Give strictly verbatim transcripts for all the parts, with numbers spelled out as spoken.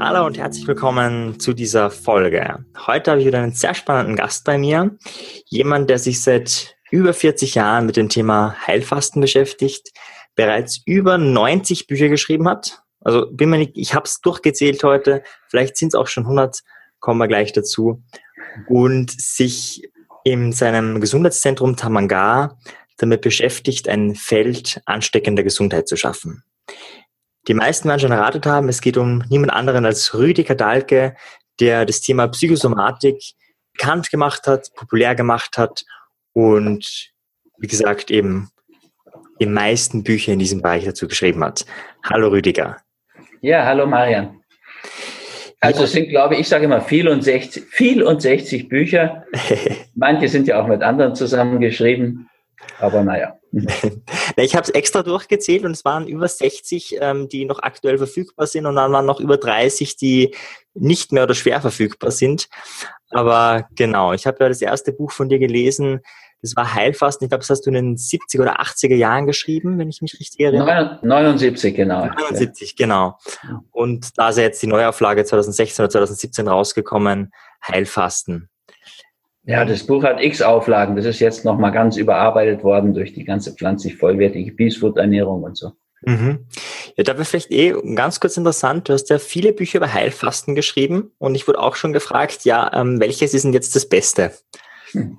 Hallo und herzlich willkommen zu dieser Folge. Heute habe ich wieder einen sehr spannenden Gast bei mir. Jemand, der sich seit über vierzig Jahren mit dem Thema Heilfasten beschäftigt, bereits über neunzig Bücher geschrieben hat. Also bin mir nicht, ich habe es durchgezählt heute, vielleicht sind es auch schon hundert, kommen wir gleich dazu. Und sich in seinem Gesundheitszentrum Tamanga damit beschäftigt, ein Feld ansteckender Gesundheit zu schaffen. Die meisten werden schon erratet haben, es geht um niemand anderen als Rüdiger Dahlke, der das Thema Psychosomatik bekannt gemacht hat, populär gemacht hat und, wie gesagt, eben die meisten Bücher in diesem Bereich dazu geschrieben hat. Hallo Rüdiger. Ja, hallo Marian. Also ja. Es sind, glaube ich, ich sage immer vierundsechzig, vierundsechzig Bücher. Manche sind ja auch mit anderen zusammengeschrieben, aber naja. Ich habe es extra durchgezählt und es waren über sechzig, ähm, die noch aktuell verfügbar sind und dann waren noch über dreißig, die nicht mehr oder schwer verfügbar sind. Aber genau, ich habe ja das erste Buch von dir gelesen, das war Heilfasten. Ich glaube, das hast du in den siebziger oder achtziger Jahren geschrieben, wenn ich mich richtig erinnere. neunundsiebzig, genau. neunundsiebzig, genau. Und da ist ja jetzt die Neuauflage zwanzig sechzehn oder zwanzig siebzehn rausgekommen, Heilfasten. Ja, das Buch hat x Auflagen. Das ist jetzt nochmal ganz überarbeitet worden durch die ganze pflanzlich vollwertige Peacefood-Ernährung und so. Mhm. Ja, da wäre vielleicht eh ganz kurz interessant. Du hast ja viele Bücher über Heilfasten geschrieben und ich wurde auch schon gefragt, ja, ähm, welches ist denn jetzt das Beste? Hm.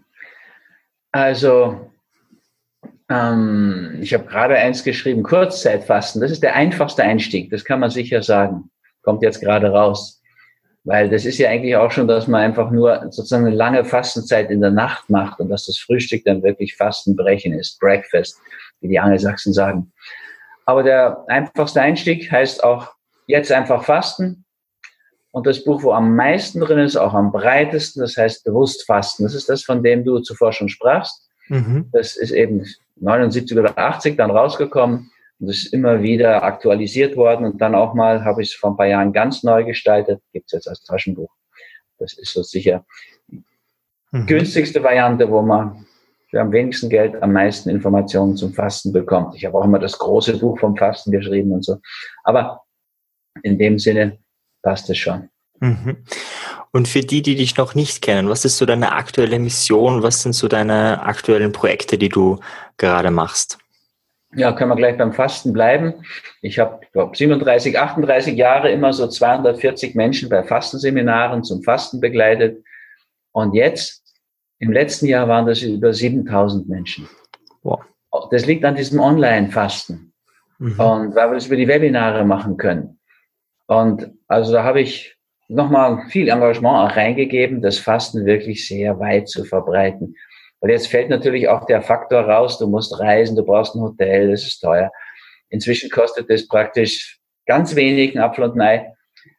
Also, ähm, ich habe gerade eins geschrieben, Kurzzeitfasten. Das ist der einfachste Einstieg, das kann man sicher sagen. Kommt jetzt gerade raus. Weil das ist ja eigentlich auch schon, dass man einfach nur sozusagen eine lange Fastenzeit in der Nacht macht und dass das Frühstück dann wirklich Fastenbrechen ist, Breakfast, wie die Angelsachsen sagen. Aber der einfachste Einstieg heißt auch jetzt einfach Fasten. Und das Buch, wo am meisten drin ist, auch am breitesten, das heißt bewusst Fasten. Das ist das, von dem du zuvor schon sprachst. Mhm. Das ist eben neunundsiebzig oder achtzig dann rausgekommen. Und das ist immer wieder aktualisiert worden. Und dann auch mal habe ich es vor ein paar Jahren ganz neu gestaltet. Gibt es jetzt als Taschenbuch. Das ist so sicher die mhm. günstigste Variante, wo man für am wenigsten Geld am meisten Informationen zum Fasten bekommt. Ich habe auch immer das große Buch vom Fasten geschrieben und so. Aber in dem Sinne passt es schon. Mhm. Und für die, die dich noch nicht kennen, was ist so deine aktuelle Mission? Was sind so deine aktuellen Projekte, die du gerade machst? Ja, können wir gleich beim Fasten bleiben. Ich habe, ich glaube, siebenunddreißig, achtunddreißig Jahre immer so zweihundertvierzig Menschen bei Fastenseminaren zum Fasten begleitet. Und jetzt, im letzten Jahr waren das über siebentausend Menschen. Wow. Das liegt an diesem Online-Fasten. Mhm. Und weil wir das über die Webinare machen können. Und also da habe ich nochmal viel Engagement auch reingegeben, das Fasten wirklich sehr weit zu verbreiten. Weil jetzt fällt natürlich auch der Faktor raus, du musst reisen, du brauchst ein Hotel, das ist teuer. Inzwischen kostet das praktisch ganz wenig, ein Apfel und ein Ei.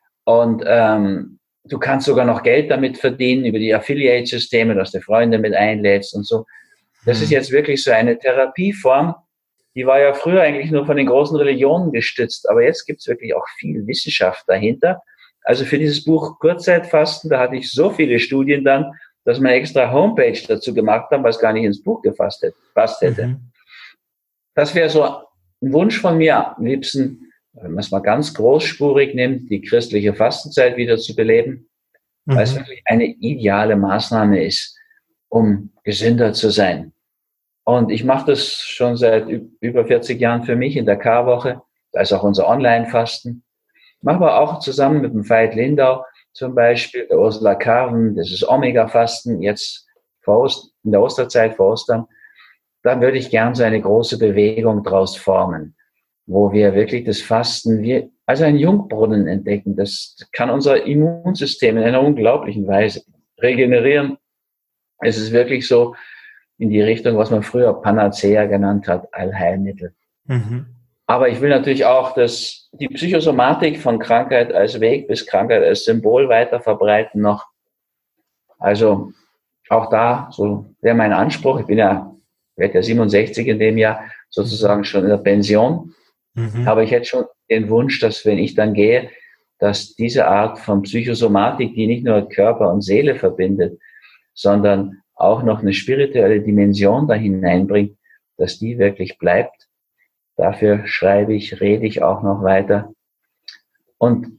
Und ähm, du kannst sogar noch Geld damit verdienen, über die Affiliate-Systeme, dass du Freunde mit einlädst und so. Das mhm. ist jetzt wirklich so eine Therapieform, die war ja früher eigentlich nur von den großen Religionen gestützt, aber jetzt gibt es wirklich auch viel Wissenschaft dahinter. Also für dieses Buch Kurzzeitfasten, da hatte ich so viele Studien dann, dass wir eine extra Homepage dazu gemacht haben, was gar nicht ins Buch gefasst hätte. Passt hätte. Mhm. Das wäre so ein Wunsch von mir, am liebsten, wenn man es mal ganz großspurig nimmt, die christliche Fastenzeit wieder zu beleben, mhm. weil es wirklich eine ideale Maßnahme ist, um gesünder zu sein. Und ich mache das schon seit über vierzig Jahren für mich in der Karwoche. Da ist auch unser Online-Fasten. Machen wir auch zusammen mit dem Veit Lindau zum Beispiel, der Ursula Carven, das ist Omega-Fasten, jetzt vor Ost, in der Osterzeit, vor Ostern. Da würde ich gern so eine große Bewegung draus formen, wo wir wirklich das Fasten wie, als einen Jungbrunnen entdecken. Das kann unser Immunsystem in einer unglaublichen Weise regenerieren. Es ist wirklich so in die Richtung, was man früher Panacea genannt hat, Allheilmittel. Mhm. Aber ich will natürlich auch, dass die Psychosomatik von Krankheit als Weg bis Krankheit als Symbol weiter verbreiten noch. Also auch da, so wäre mein Anspruch. Ich bin ja, werde ja siebenundsechzig in dem Jahr, sozusagen schon in der Pension. Mhm. Aber ich hätte schon den Wunsch, dass wenn ich dann gehe, dass diese Art von Psychosomatik, die nicht nur Körper und Seele verbindet, sondern auch noch eine spirituelle Dimension da hineinbringt, dass die wirklich bleibt. Dafür schreibe ich, rede ich auch noch weiter. Und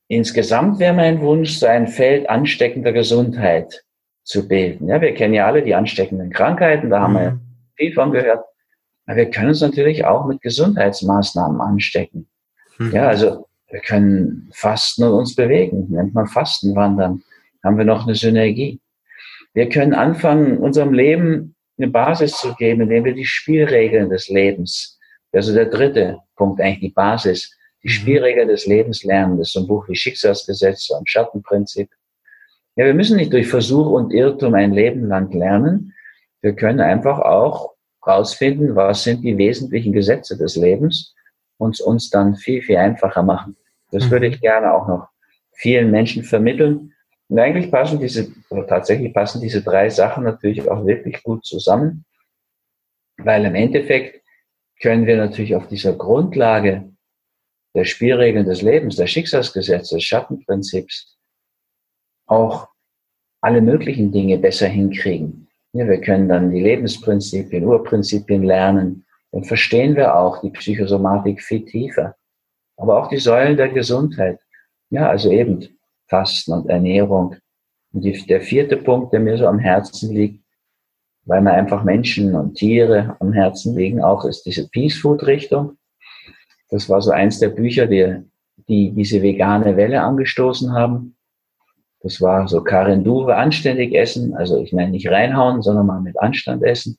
insgesamt wäre mein Wunsch, so ein Feld ansteckender Gesundheit zu bilden. Ja, wir kennen ja alle die ansteckenden Krankheiten, da haben wir Mhm. viel von gehört. Aber wir können uns natürlich auch mit Gesundheitsmaßnahmen anstecken. Mhm. Ja, also wir können fasten und uns bewegen, nennt man Fastenwandern. Haben wir noch eine Synergie. Wir können anfangen, unserem Leben eine Basis zu geben, indem wir die Spielregeln des Lebens, also der dritte Punkt, eigentlich die Basis, die Mhm. Spielregeln des Lebens lernen. Das ist so ein Buch wie Schicksalsgesetze und Schattenprinzip. Ja, wir müssen nicht durch Versuch und Irrtum ein Leben lang lernen. Wir können einfach auch rausfinden, was sind die wesentlichen Gesetze des Lebens und uns dann viel, viel einfacher machen. Das Mhm. würde ich gerne auch noch vielen Menschen vermitteln. Und eigentlich passen diese, oder tatsächlich passen diese drei Sachen natürlich auch wirklich gut zusammen, weil im Endeffekt können wir natürlich auf dieser Grundlage der Spielregeln des Lebens, der Schicksalsgesetze, des Schattenprinzips auch alle möglichen Dinge besser hinkriegen. Ja, wir können dann die Lebensprinzipien, Urprinzipien lernen. Dann verstehen wir auch die Psychosomatik viel tiefer. Aber auch die Säulen der Gesundheit. Ja, also eben Fasten und Ernährung. Und die, der vierte Punkt, der mir so am Herzen liegt, weil mir einfach Menschen und Tiere am Herzen liegen, auch ist diese Peace-Food-Richtung. Das war so eins der Bücher, die, die diese vegane Welle angestoßen haben. Das war so Karen Duwe, anständig essen. Also ich meine nicht reinhauen, sondern mal mit Anstand essen.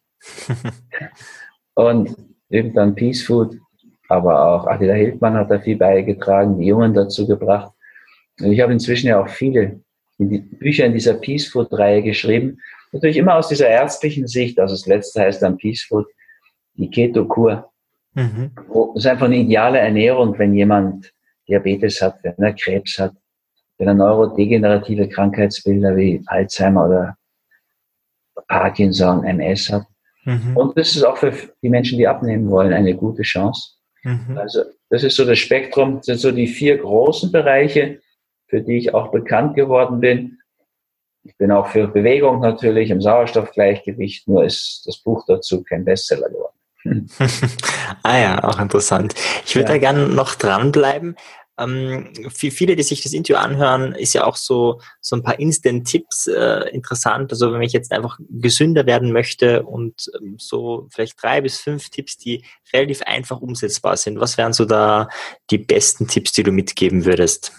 Und irgendwann Peace Food. Aber auch Attila Hildmann hat da viel beigetragen, die Jungen dazu gebracht. Und ich habe inzwischen ja auch viele Bücher in dieser Peace Food Reihe geschrieben. Natürlich immer aus dieser ärztlichen Sicht. Also das letzte heißt dann Peace Food, die Keto-Kur. Mhm. Das ist einfach eine ideale Ernährung, wenn jemand Diabetes hat, wenn er Krebs hat, wenn er neurodegenerative Krankheitsbilder wie Alzheimer oder Parkinson, M S hat. Mhm. Und das ist auch für die Menschen, die abnehmen wollen, eine gute Chance. Mhm. Also das ist so das Spektrum, das sind so die vier großen Bereiche, für die ich auch bekannt geworden bin. Ich bin auch für Bewegung natürlich, im Sauerstoffgleichgewicht, nur ist das Buch dazu kein Bestseller geworden. Ah ja, auch interessant. Ich würde Ja. da gerne noch dranbleiben. Ähm, für viele, die sich das Interview anhören, ist ja auch so, so ein paar Instant-Tipps äh, interessant. Also wenn ich jetzt einfach gesünder werden möchte und ähm, so vielleicht drei bis fünf Tipps, die relativ einfach umsetzbar sind. Was wären so da die besten Tipps, die du mitgeben würdest?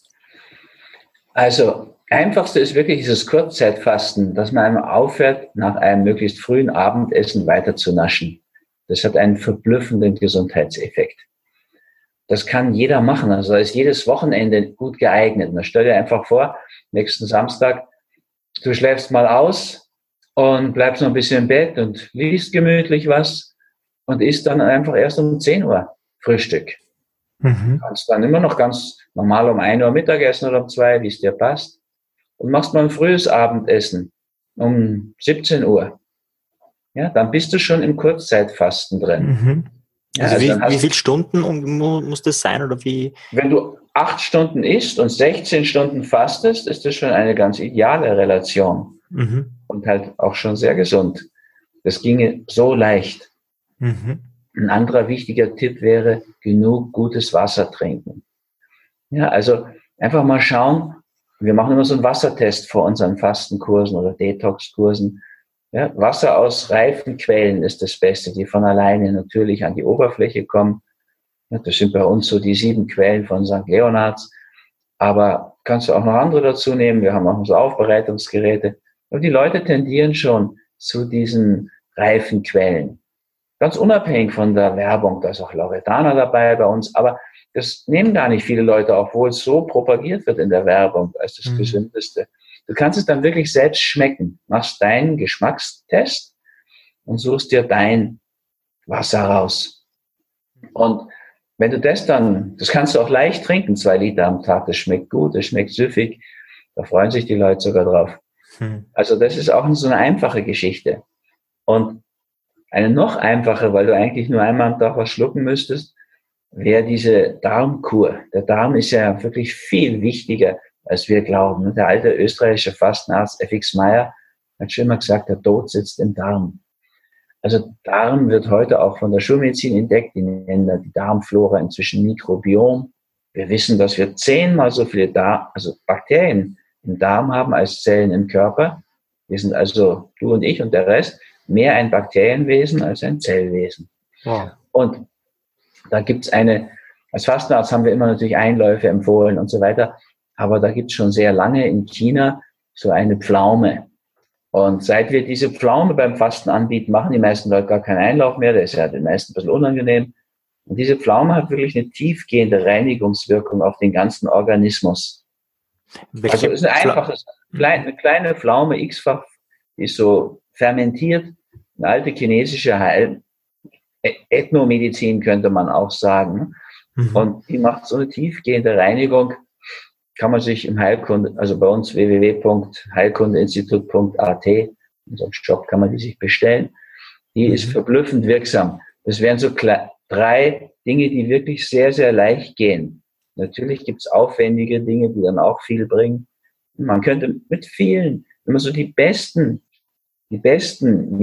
Also, einfachste ist wirklich dieses Kurzzeitfasten, dass man einmal aufhört, nach einem möglichst frühen Abendessen weiter zu naschen. Das hat einen verblüffenden Gesundheitseffekt. Das kann jeder machen. Also da ist jedes Wochenende gut geeignet. Man stell dir einfach vor, nächsten Samstag, du schläfst mal aus und bleibst noch ein bisschen im Bett und liest gemütlich was und isst dann einfach erst um zehn Uhr Frühstück. Mhm. Kannst dann immer noch ganz normal um ein Uhr Mittagessen oder um zwei, wie es dir passt. Und machst mal ein frühes Abendessen um siebzehn Uhr. Ja, dann bist du schon im Kurzzeitfasten drin. Mhm. Ja, Also, also wie, dann hast, wie viele Stunden muss das sein oder wie? wenn du acht Stunden isst und sechzehn Stunden fastest, ist das schon eine ganz ideale Relation. Mhm. Und halt auch schon sehr gesund. Das ginge so leicht. Mhm. Ein anderer wichtiger Tipp wäre, genug gutes Wasser trinken. Ja, also einfach mal schauen. Wir machen immer so einen Wassertest vor unseren Fastenkursen oder Detox-Kursen. Ja, Wasser aus reifen Quellen ist das Beste, die von alleine natürlich an die Oberfläche kommen. Ja, das sind bei uns so die sieben Quellen von Sankt Leonhards. Aber kannst du auch noch andere dazu nehmen. Wir haben auch so Aufbereitungsgeräte. Und die Leute tendieren schon zu diesen reifen Quellen. Ganz unabhängig von der Werbung, da ist auch Loredana dabei bei uns. Aber das nehmen gar nicht viele Leute, obwohl es so propagiert wird in der Werbung als das Mhm. Gesündeste. Du kannst es dann wirklich selbst schmecken. Machst deinen Geschmackstest und suchst dir dein Wasser raus. Und wenn du das dann, das kannst du auch leicht trinken, zwei Liter am Tag, das schmeckt gut, das schmeckt süffig, da freuen sich die Leute sogar drauf. Mhm. Also das ist auch so eine einfache Geschichte. Und eine noch einfache, weil du eigentlich nur einmal am Tag was schlucken müsstest, wäre diese Darmkur. Der Darm ist ja wirklich viel wichtiger, als wir glauben. Der alte österreichische Fastenarzt F X Meyer hat schon immer gesagt, der Tod sitzt im Darm. Also Darm wird heute auch von der Schulmedizin entdeckt. Die nennen die Darmflora inzwischen Mikrobiom. Wir wissen, dass wir zehnmal so viele Darm, also Bakterien im Darm haben als Zellen im Körper. Wir sind also, du und ich und der Rest, mehr ein Bakterienwesen als ein Zellwesen. Wow. Und da gibt's eine, als Fastenarzt haben wir immer natürlich Einläufe empfohlen und so weiter, aber da gibt's schon sehr lange in China so eine Pflaume. Und seit wir diese Pflaume beim Fasten anbieten, machen die meisten Leute gar keinen Einlauf mehr, der ist ja den meisten ein bisschen unangenehm. Und diese Pflaume hat wirklich eine tiefgehende Reinigungswirkung auf den ganzen Organismus. Also es ist ein einfaches, eine kleine Pflaume, x-fach, die ist so fermentiert, eine alte chinesische Heil Ethnomedizin könnte man auch sagen. Mhm. Und die macht so eine tiefgehende Reinigung, kann man sich im Heilkunde, also bei uns w w w punkt heilkundeinstitut punkt a t, in unserem Shop kann man die sich bestellen. Die mhm. ist verblüffend wirksam. Das wären so drei Dinge, die wirklich sehr, sehr leicht gehen. Natürlich gibt's aufwendige Dinge, die dann auch viel bringen. Man könnte mit vielen, wenn man so die besten, die besten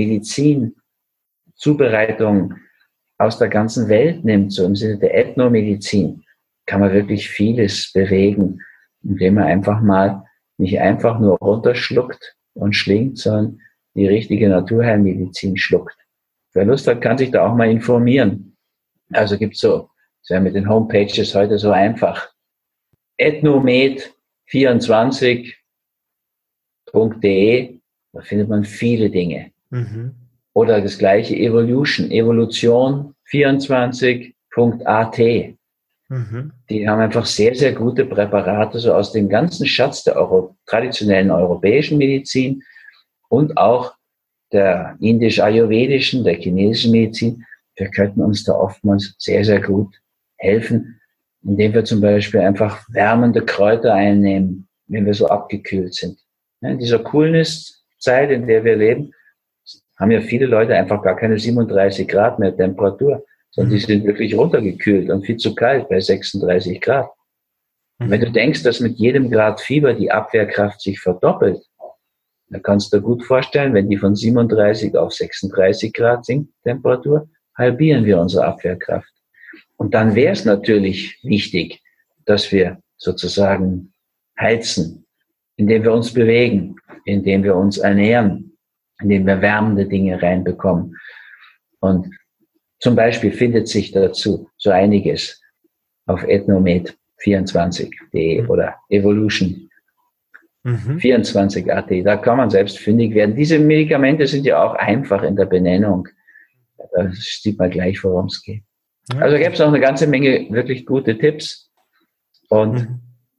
Medizinzubereitungen aus der ganzen Welt nimmt, so im Sinne der Ethnomedizin, kann man wirklich vieles bewegen, indem man einfach mal nicht einfach nur runterschluckt und schlingt, sondern die richtige Naturheilmedizin schluckt. Wer Lust hat, kann sich da auch mal informieren. Also gibt's so, das wäre mit den Homepages heute so einfach. ethnomed vierundzwanzig punkt de, da findet man viele Dinge. Mhm. Oder das gleiche Evolution, Evolution vierundzwanzig punkt a t. Mhm. Die haben einfach sehr, sehr gute Präparate, so aus dem ganzen Schatz der Euro traditionellen europäischen Medizin und auch der indisch-ayurvedischen, der chinesischen Medizin. Wir könnten uns da oftmals sehr, sehr gut helfen, indem wir zum Beispiel einfach wärmende Kräuter einnehmen, wenn wir so abgekühlt sind. In dieser Coolness-Zeit, in der wir leben, haben ja viele Leute einfach gar keine siebenunddreißig Grad mehr Temperatur, sondern die sind wirklich runtergekühlt und viel zu kalt bei sechsunddreißig Grad. Und wenn du denkst, dass mit jedem Grad Fieber die Abwehrkraft sich verdoppelt, dann kannst du dir gut vorstellen, wenn die von siebenunddreißig auf sechsunddreißig Grad sinkt Temperatur, halbieren wir unsere Abwehrkraft. Und dann wäre es natürlich wichtig, dass wir sozusagen heizen, indem wir uns bewegen, indem wir uns ernähren, indem wir wärmende Dinge reinbekommen. Und zum Beispiel findet sich dazu so einiges auf ethnomed vierundzwanzig punkt de oder Evolution mhm. vierundzwanzig punkt a t. Da kann man selbst fündig werden. Diese Medikamente sind ja auch einfach in der Benennung. Da sieht man gleich, worum es geht. Ja. Also gäbe es auch eine ganze Menge wirklich gute Tipps. Und mhm.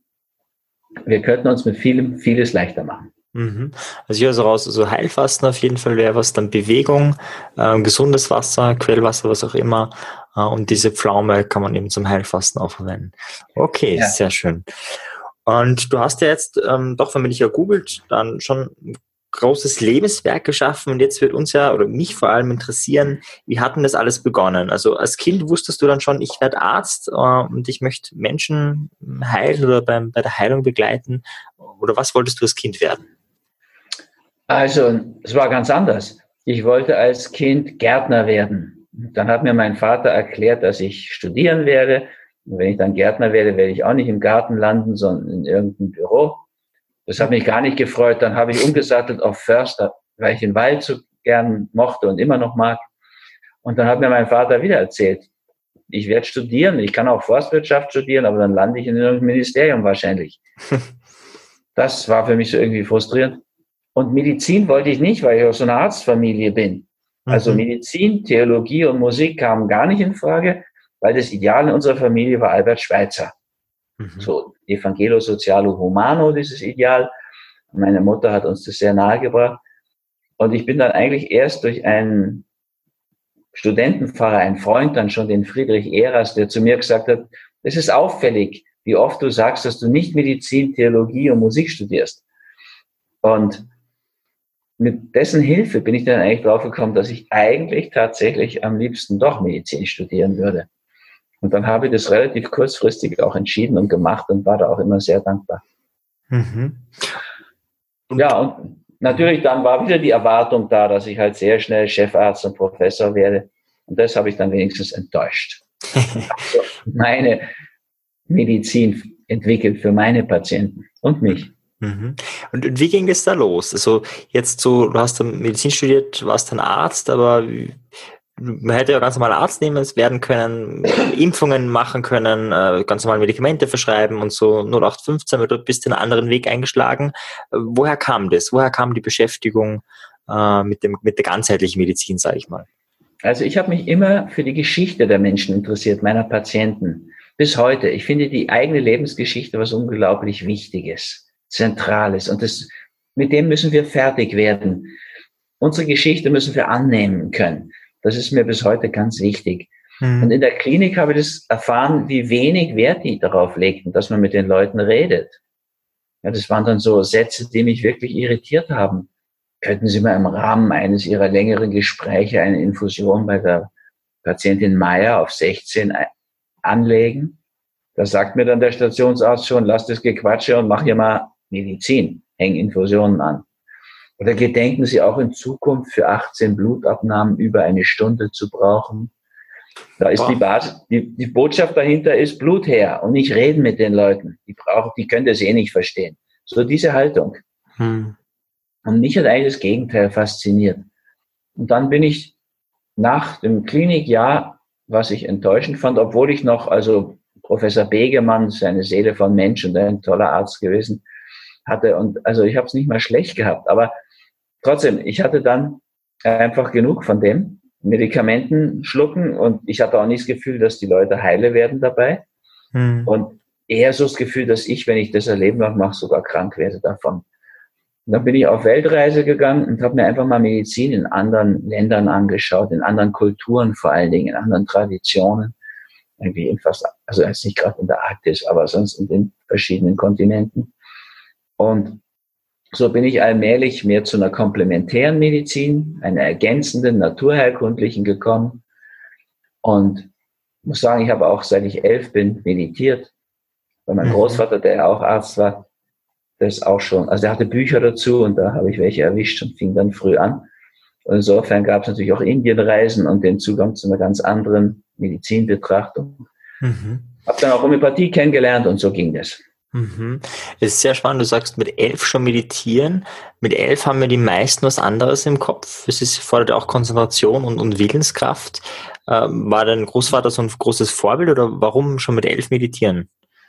wir könnten uns mit vielem, vieles leichter machen. Also hier also raus, also Heilfasten auf jeden Fall wäre was, dann Bewegung, äh, gesundes Wasser, Quellwasser, was auch immer, äh, und diese Pflaume kann man eben zum Heilfasten auch verwenden. Okay, ja. Sehr schön. Und du hast ja jetzt ähm, doch, wenn man dich ja googelt, dann schon ein großes Lebenswerk geschaffen und jetzt wird uns ja, oder mich vor allem interessieren, wie hat denn das alles begonnen? Also als Kind wusstest du dann schon, ich werde Arzt äh, und ich möchte Menschen heilen oder beim, bei der Heilung begleiten, oder was wolltest du als Kind werden? Also, es war ganz anders. Ich wollte als Kind Gärtner werden. Dann hat mir mein Vater erklärt, dass ich studieren werde. Und wenn ich dann Gärtner werde, werde ich auch nicht im Garten landen, sondern in irgendeinem Büro. Das hat mich gar nicht gefreut. Dann habe ich umgesattelt auf Förster, weil ich den Wald so gern mochte und immer noch mag. Und dann hat mir mein Vater wieder erzählt, ich werde studieren. Ich kann auch Forstwirtschaft studieren, aber dann lande ich in irgendeinem Ministerium wahrscheinlich. Das war für mich so irgendwie frustrierend. Und Medizin wollte ich nicht, weil ich aus so einer Arztfamilie bin. Also mhm. Medizin, Theologie und Musik kamen gar nicht in Frage, weil das Ideal in unserer Familie war Albert Schweitzer. Mhm. So Evangelo Socialo Humano, dieses Ideal. Meine Mutter hat uns das sehr nahegebracht. Und ich bin dann eigentlich erst durch einen Studentenpfarrer, einen Freund, dann schon den Friedrich Ehrers, der zu mir gesagt hat, es ist auffällig, wie oft du sagst, dass du nicht Medizin, Theologie und Musik studierst. Und mit dessen Hilfe bin ich dann eigentlich drauf gekommen, dass ich eigentlich tatsächlich am liebsten doch Medizin studieren würde. Und dann habe ich das relativ kurzfristig auch entschieden und gemacht und war da auch immer sehr dankbar. Mhm. Und ja, und natürlich dann war wieder die Erwartung da, dass ich halt sehr schnell Chefarzt und Professor werde. Und das habe ich dann wenigstens enttäuscht. Also meine, Medizin entwickelt für meine Patienten und mich. Mhm. Und, und wie ging das da los? Also jetzt so, du hast dann Medizin studiert, warst dann Arzt, aber man hätte ja ganz normal Arzt nehmen werden können, Impfungen machen können, äh, ganz normal Medikamente verschreiben und so null acht fünfzehn, oder bist du einen anderen Weg eingeschlagen. Äh, woher kam das? Woher kam die Beschäftigung äh, mit dem mit der ganzheitlichen Medizin, sage ich mal? Also ich habe mich immer für die Geschichte der Menschen interessiert, meiner Patienten. Bis heute. Ich finde die eigene Lebensgeschichte was unglaublich Wichtiges, Zentrales. Und das, mit dem müssen wir fertig werden. Unsere Geschichte müssen wir annehmen können. Das ist mir bis heute ganz wichtig. Mhm. Und in der Klinik habe ich das erfahren, wie wenig Wert die darauf legten, dass man mit den Leuten redet. Ja, das waren dann so Sätze, die mich wirklich irritiert haben. Könnten Sie mal im Rahmen eines Ihrer längeren Gespräche eine Infusion bei der Patientin Meier auf sechzehn anlegen? Da sagt mir dann der Stationsarzt schon, lass das Gequatsche und mach hier mal Medizin, häng Infusionen an. Oder gedenken Sie auch in Zukunft für achtzehn Blutabnahmen über eine Stunde zu brauchen? Da ist die Basis, die, die Botschaft dahinter ist Blut her und nicht reden mit den Leuten. Die brauchen, die können das eh nicht verstehen. So diese Haltung. Hm. Und mich hat eigentlich das Gegenteil fasziniert. Und dann bin ich nach dem Klinikjahr, was ich enttäuschend fand, obwohl ich noch, also Professor Begemann, seine Seele von Mensch und ein toller Arzt gewesen, hatte. Und also ich habe es nicht mal schlecht gehabt. Aber trotzdem, ich hatte dann einfach genug von dem. Medikamenten schlucken und ich hatte auch nicht das Gefühl, dass die Leute heile werden dabei. Hm. Und eher so das Gefühl, dass ich, wenn ich das Erleben noch mache, sogar krank werde davon. Und dann bin ich auf Weltreise gegangen und habe mir einfach mal Medizin in anderen Ländern angeschaut, in anderen Kulturen vor allen Dingen, in anderen Traditionen. Irgendwie in fast, also jetzt nicht gerade in der Arktis, aber sonst in den verschiedenen Kontinenten. Und so bin ich allmählich mehr zu einer komplementären Medizin, einer ergänzenden, naturheilkundlichen gekommen. Und muss sagen, ich habe auch, seit ich elf bin, meditiert. Weil mein mhm. Großvater, der ja auch Arzt war, das auch schon, also er hatte Bücher dazu und da habe ich welche erwischt und fing dann früh an. Und insofern gab es natürlich auch Indienreisen und den Zugang zu einer ganz anderen Medizinbetrachtung. Mhm. Habe dann auch Homöopathie kennengelernt und so ging das. Mhm. Es ist sehr spannend, du sagst mit elf schon meditieren. Mit elf haben wir die meisten was anderes im Kopf. Es ist, fordert auch Konzentration und, und Willenskraft. Ähm, war dein Großvater so ein großes Vorbild oder warum schon mit elf meditieren?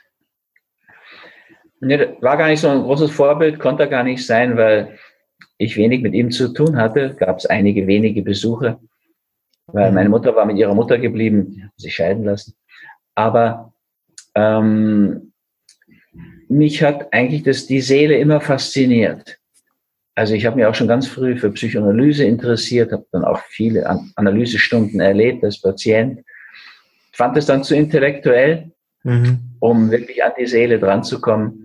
Nee, war gar nicht so ein großes Vorbild, konnte gar nicht sein, weil ich wenig mit ihm zu tun hatte. Gab es einige wenige Besuche, weil meine Mutter war mit ihrer Mutter geblieben, die hat sich scheiden lassen. Aber ähm, mich hat eigentlich das, die Seele immer fasziniert. Also ich habe mich auch schon ganz früh für Psychoanalyse interessiert, habe dann auch viele An- Analysestunden erlebt als Patient. Fand es dann zu intellektuell, mhm. um wirklich an die Seele dran zu kommen.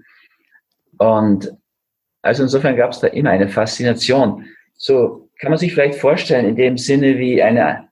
Und also insofern gab es da immer eine Faszination. So kann man sich vielleicht vorstellen, in dem Sinne wie eine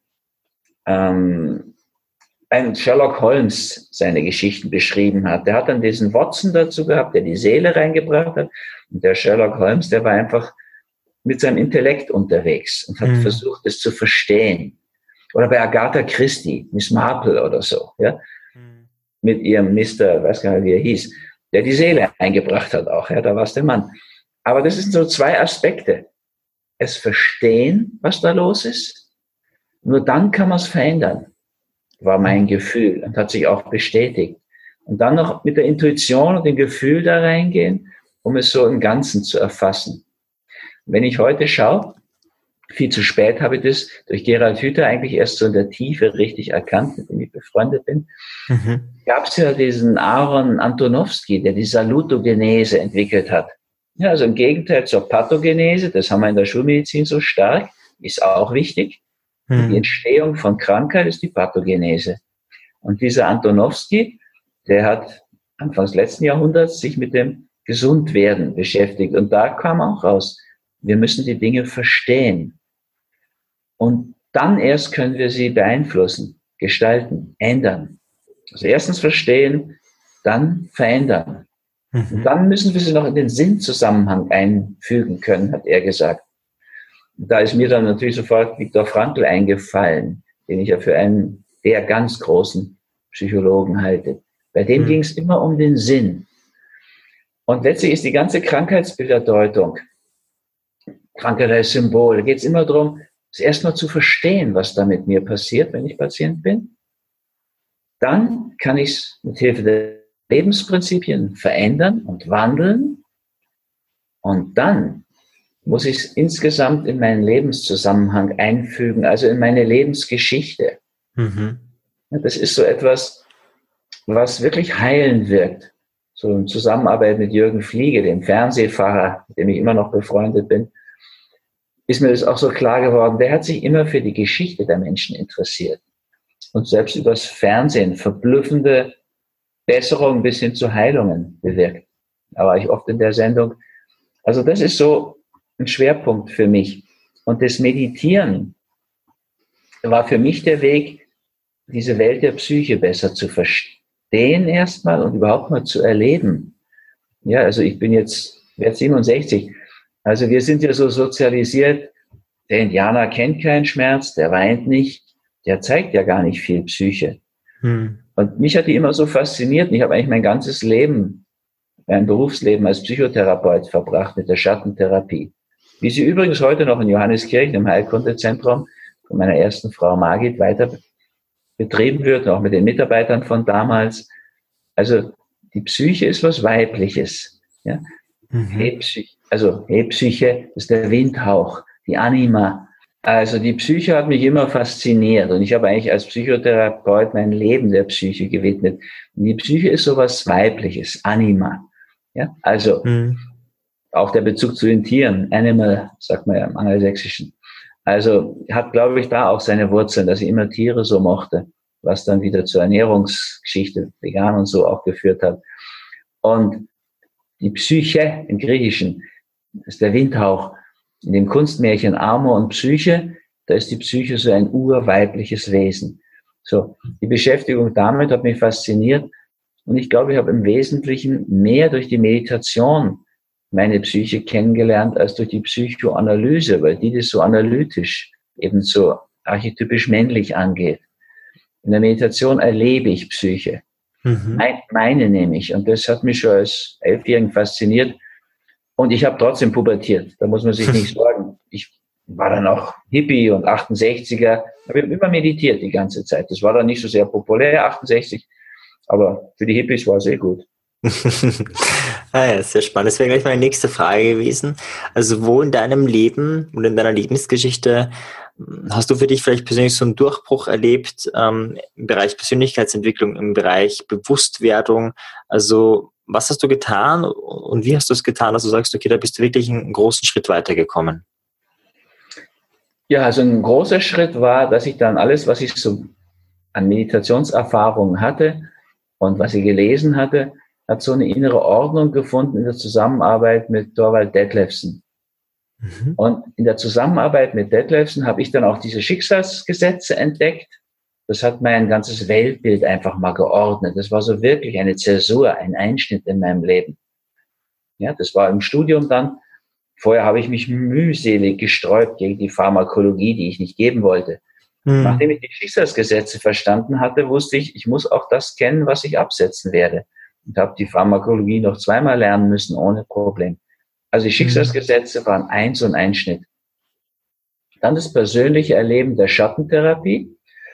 ähm, ein Sherlock Holmes seine Geschichten beschrieben hat. Der hat dann diesen Watson dazu gehabt, der die Seele reingebracht hat. Und der Sherlock Holmes, der war einfach mit seinem Intellekt unterwegs und hat mhm. versucht, es zu verstehen. Oder bei Agatha Christie, Miss Marple oder so, ja, mhm. mit ihrem Mister, weiß gar nicht, wie er hieß, der die Seele eingebracht hat auch, ja, da war es der Mann. Aber das sind so zwei Aspekte. Es verstehen, was da los ist. Nur dann kann man es verändern, war mein Gefühl und hat sich auch bestätigt. Und dann noch mit der Intuition und dem Gefühl da reingehen, um es so im Ganzen zu erfassen. Wenn ich heute schaue, viel zu spät habe ich das durch Gerald Hüther eigentlich erst so in der Tiefe richtig erkannt, mit dem ich befreundet bin. Mhm. Gab es ja diesen Aaron Antonowski, der die Salutogenese entwickelt hat. Ja, also im Gegenteil zur Pathogenese, das haben wir in der Schulmedizin so stark, ist auch wichtig. Mhm. Die Entstehung von Krankheit ist die Pathogenese. Und dieser Antonowski, der hat Anfangs letzten Jahrhunderts sich mit dem Gesundwerden beschäftigt. Und da kam auch raus, wir müssen die Dinge verstehen. Und dann erst können wir sie beeinflussen, gestalten, ändern. Also erstens verstehen, dann verändern. Mhm. Und dann müssen wir sie noch in den Sinnzusammenhang einfügen können, hat er gesagt. Und da ist mir dann natürlich sofort Viktor Frankl eingefallen, den ich ja für einen der ganz großen Psychologen halte. Bei dem Mhm. ging es immer um den Sinn. Und letztlich ist die ganze Krankheitsbilderdeutung, Krankheit als Symbol, da geht es immer darum, es erstmal zu verstehen, was da mit mir passiert, wenn ich Patient bin. Dann kann ich es mit Hilfe der Lebensprinzipien verändern und wandeln. Und dann muss ich es insgesamt in meinen Lebenszusammenhang einfügen, also in meine Lebensgeschichte. Mhm. Das ist so etwas, was wirklich heilend wirkt. So in Zusammenarbeit mit Jürgen Fliege, dem Fernsehfahrer, mit dem ich immer noch befreundet bin, ist mir das auch so klar geworden. Der hat sich immer für die Geschichte der Menschen interessiert. Und selbst übers Fernsehen verblüffende Besserungen bis hin zu Heilungen bewirkt. Da war ich oft in der Sendung. Also das ist so ein Schwerpunkt für mich. Und das Meditieren war für mich der Weg, diese Welt der Psyche besser zu verstehen erstmal und überhaupt mal zu erleben. Ja, also ich bin jetzt, werde siebenundsechzig. Also wir sind ja so sozialisiert, der Indianer kennt keinen Schmerz, der weint nicht, der zeigt ja gar nicht viel Psyche. Mhm. Und mich hat die immer so fasziniert. Und ich habe eigentlich mein ganzes Leben, mein Berufsleben als Psychotherapeut verbracht mit der Schattentherapie. Wie sie übrigens heute noch in Johanneskirchen im Heilkundezentrum von meiner ersten Frau Margit weiter betrieben wird, auch mit den Mitarbeitern von damals. Also die Psyche ist was Weibliches. Ja? Mhm. Hebpsych, also Hebpsyche ist der Windhauch, die Anima. Also die Psyche hat mich immer fasziniert und ich habe eigentlich als Psychotherapeut mein Leben der Psyche gewidmet. Und die Psyche ist sowas Weibliches, Anima. Ja? Also Mhm. auch der Bezug zu den Tieren, Animal, sagt man ja im Angelsächsischen. Also hat, glaube ich, da auch seine Wurzeln, dass ich immer Tiere so mochte, was dann wieder zur Ernährungsgeschichte, vegan und so auch geführt hat. Und die Psyche im Griechischen ist der Windhauch. In dem Kunstmärchen Amor und Psyche, da ist die Psyche so ein urweibliches Wesen. So, die Beschäftigung damit hat mich fasziniert und ich glaube, ich habe im Wesentlichen mehr durch die Meditation meine Psyche kennengelernt als durch die Psychoanalyse, weil die das so analytisch, eben so archetypisch männlich angeht. In der Meditation erlebe ich Psyche. Mhm. Meine, meine nämlich. Und das hat mich schon als Elfjährigen fasziniert. Und ich habe trotzdem pubertiert. Da muss man sich nicht sorgen. Ich war dann auch Hippie und achtundsechziger. Ich habe immer meditiert die ganze Zeit. Das war dann nicht so sehr populär, achtundsechzig. Aber für die Hippies war es sehr gut. Ah ja, sehr spannend. Das wäre gleich meine nächste Frage gewesen. Also wo in deinem Leben und in deiner Lebensgeschichte hast du für dich vielleicht persönlich so einen Durchbruch erlebt ähm, im Bereich Persönlichkeitsentwicklung, im Bereich Bewusstwerdung? Also was hast du getan und wie hast du es getan, dass du sagst, okay, da bist du wirklich einen großen Schritt weitergekommen? Ja, also ein großer Schritt war, dass ich dann alles, was ich so an Meditationserfahrungen hatte und was ich gelesen hatte, hat so eine innere Ordnung gefunden in der Zusammenarbeit mit Thorvald Detlefsen. Mhm. Und in der Zusammenarbeit mit Detlefsen habe ich dann auch diese Schicksalsgesetze entdeckt. Das hat mein ganzes Weltbild einfach mal geordnet. Das war so wirklich eine Zäsur, ein Einschnitt in meinem Leben. Ja, das war im Studium dann. Vorher habe ich mich mühselig gesträubt gegen die Pharmakologie, die ich nicht geben wollte. Mhm. Nachdem ich die Schicksalsgesetze verstanden hatte, wusste ich, ich muss auch das kennen, was ich absetzen werde. Und habe die Pharmakologie noch zweimal lernen müssen, ohne Problem. Also die Schicksalsgesetze waren eins und Einschnitt. Dann das persönliche Erleben der Schattentherapie.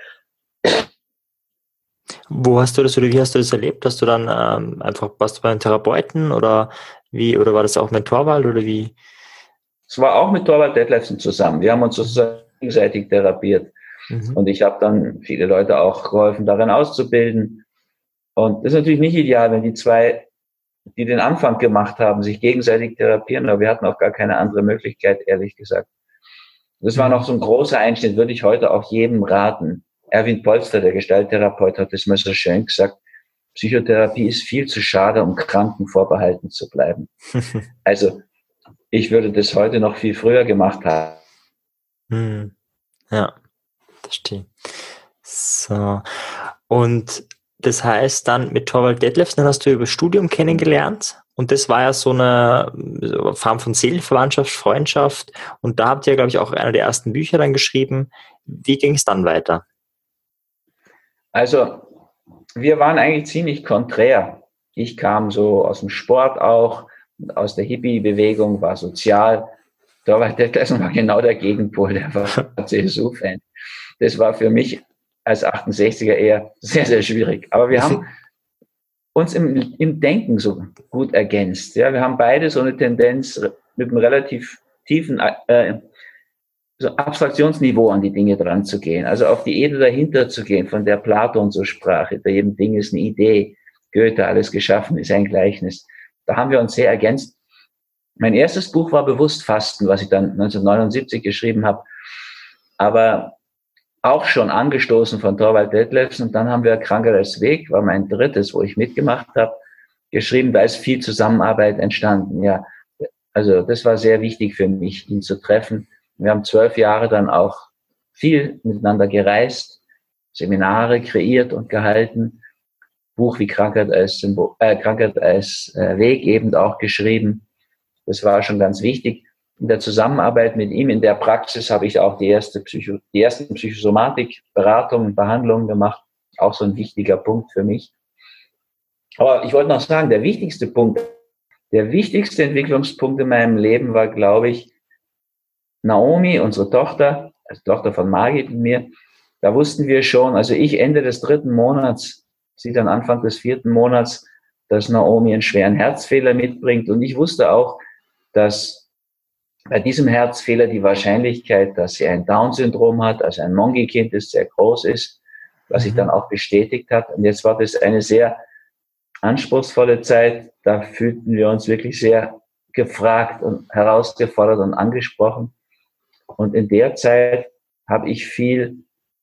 Wo hast du das oder wie hast du das erlebt? Hast du dann ähm, einfach, warst du bei einem Therapeuten oder wie, oder war das auch mit Thorvald oder wie? Es war auch mit Thorvald Detlefsen zusammen. Wir haben uns sozusagen gegenseitig therapiert. Mhm. Und ich habe dann viele Leute auch geholfen, darin auszubilden. Und das ist natürlich nicht ideal, wenn die zwei, die den Anfang gemacht haben, sich gegenseitig therapieren, aber wir hatten auch gar keine andere Möglichkeit, ehrlich gesagt. Das war noch so ein großer Einschnitt, würde ich heute auch jedem raten. Erwin Polster, der Gestalttherapeut, hat das mal so schön gesagt, Psychotherapie ist viel zu schade, um Kranken vorbehalten zu bleiben. Also ich würde das heute noch viel früher gemacht haben. Hm. Ja, verstehe. So. Und das heißt dann mit Thorvald Detlefsen, dann hast du über Studium kennengelernt und das war ja so eine Form von Seelenverwandtschaft, Freundschaft und da habt ihr, glaube ich, auch einer der ersten Bücher dann geschrieben. Wie ging es dann weiter? Also wir waren eigentlich ziemlich konträr. Ich kam so aus dem Sport auch, aus der Hippie-Bewegung, war sozial. Da war der Detlefsen war genau der Gegenpol, der war C S U-Fan. Das war für mich als achtundsechziger eher sehr, sehr schwierig. Aber wir haben uns im, im Denken so gut ergänzt. Ja, wir haben beide so eine Tendenz mit einem relativ tiefen äh, so Abstraktionsniveau an die Dinge dran zu gehen, also auf die Ebene dahinter zu gehen, von der Platon so sprach. Hinter jedem Ding ist eine Idee. Goethe, alles geschaffen ist ein Gleichnis. Da haben wir uns sehr ergänzt. Mein erstes Buch war bewusst Fasten, was ich dann neunzehnhundertneunundsiebzig geschrieben habe, aber auch schon angestoßen von Thorvald Detlefsen. Und dann haben wir Krankheit als Weg, war mein drittes, wo ich mitgemacht habe, geschrieben. Da ist viel Zusammenarbeit entstanden. Ja, also das war sehr wichtig für mich, ihn zu treffen. Wir haben zwölf Jahre dann auch viel miteinander gereist, Seminare kreiert und gehalten, Buch wie Krankheit als, Symbol, äh, Krankheit als äh, Weg eben auch geschrieben. Das war schon ganz wichtig. In der Zusammenarbeit mit ihm, in der Praxis, habe ich auch die erste Psycho, die ersten Psychosomatik-Beratungen, Behandlungen gemacht. Auch so ein wichtiger Punkt für mich. Aber ich wollte noch sagen, der wichtigste Punkt, der wichtigste Entwicklungspunkt in meinem Leben war, glaube ich, Naomi, unsere Tochter, also Tochter von Margit und mir. Da wussten wir schon, also ich Ende des dritten Monats, sie dann Anfang des vierten Monats, dass Naomi einen schweren Herzfehler mitbringt. Und ich wusste auch, dass bei diesem Herzfehler die Wahrscheinlichkeit, dass sie ein Down-Syndrom hat, also ein Mongi-Kind ist, sehr groß ist, was sich dann auch bestätigt hat. Und jetzt war das eine sehr anspruchsvolle Zeit. Da fühlten wir uns wirklich sehr gefragt und herausgefordert und angesprochen. Und in der Zeit habe ich viel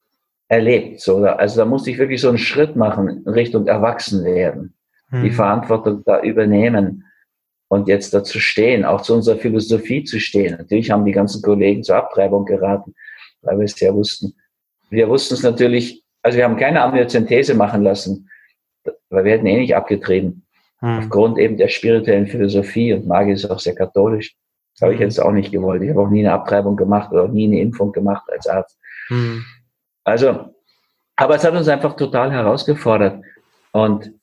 erlebt. So, also da musste ich wirklich so einen Schritt machen in Richtung Erwachsenwerden, hm. die Verantwortung da übernehmen und jetzt dazu stehen, auch zu unserer Philosophie zu stehen. Natürlich haben die ganzen Kollegen zur Abtreibung geraten, weil wir es ja wussten. Wir wussten es natürlich, also wir haben keine Amniozentese machen lassen, weil wir hätten eh nicht abgetrieben. Hm. Aufgrund eben der spirituellen Philosophie, und Margit ist auch sehr katholisch. Das habe ich jetzt auch nicht gewollt. Ich habe auch nie eine Abtreibung gemacht oder nie eine Impfung gemacht als Arzt. Hm. Also, aber es hat uns einfach total herausgefordert. Und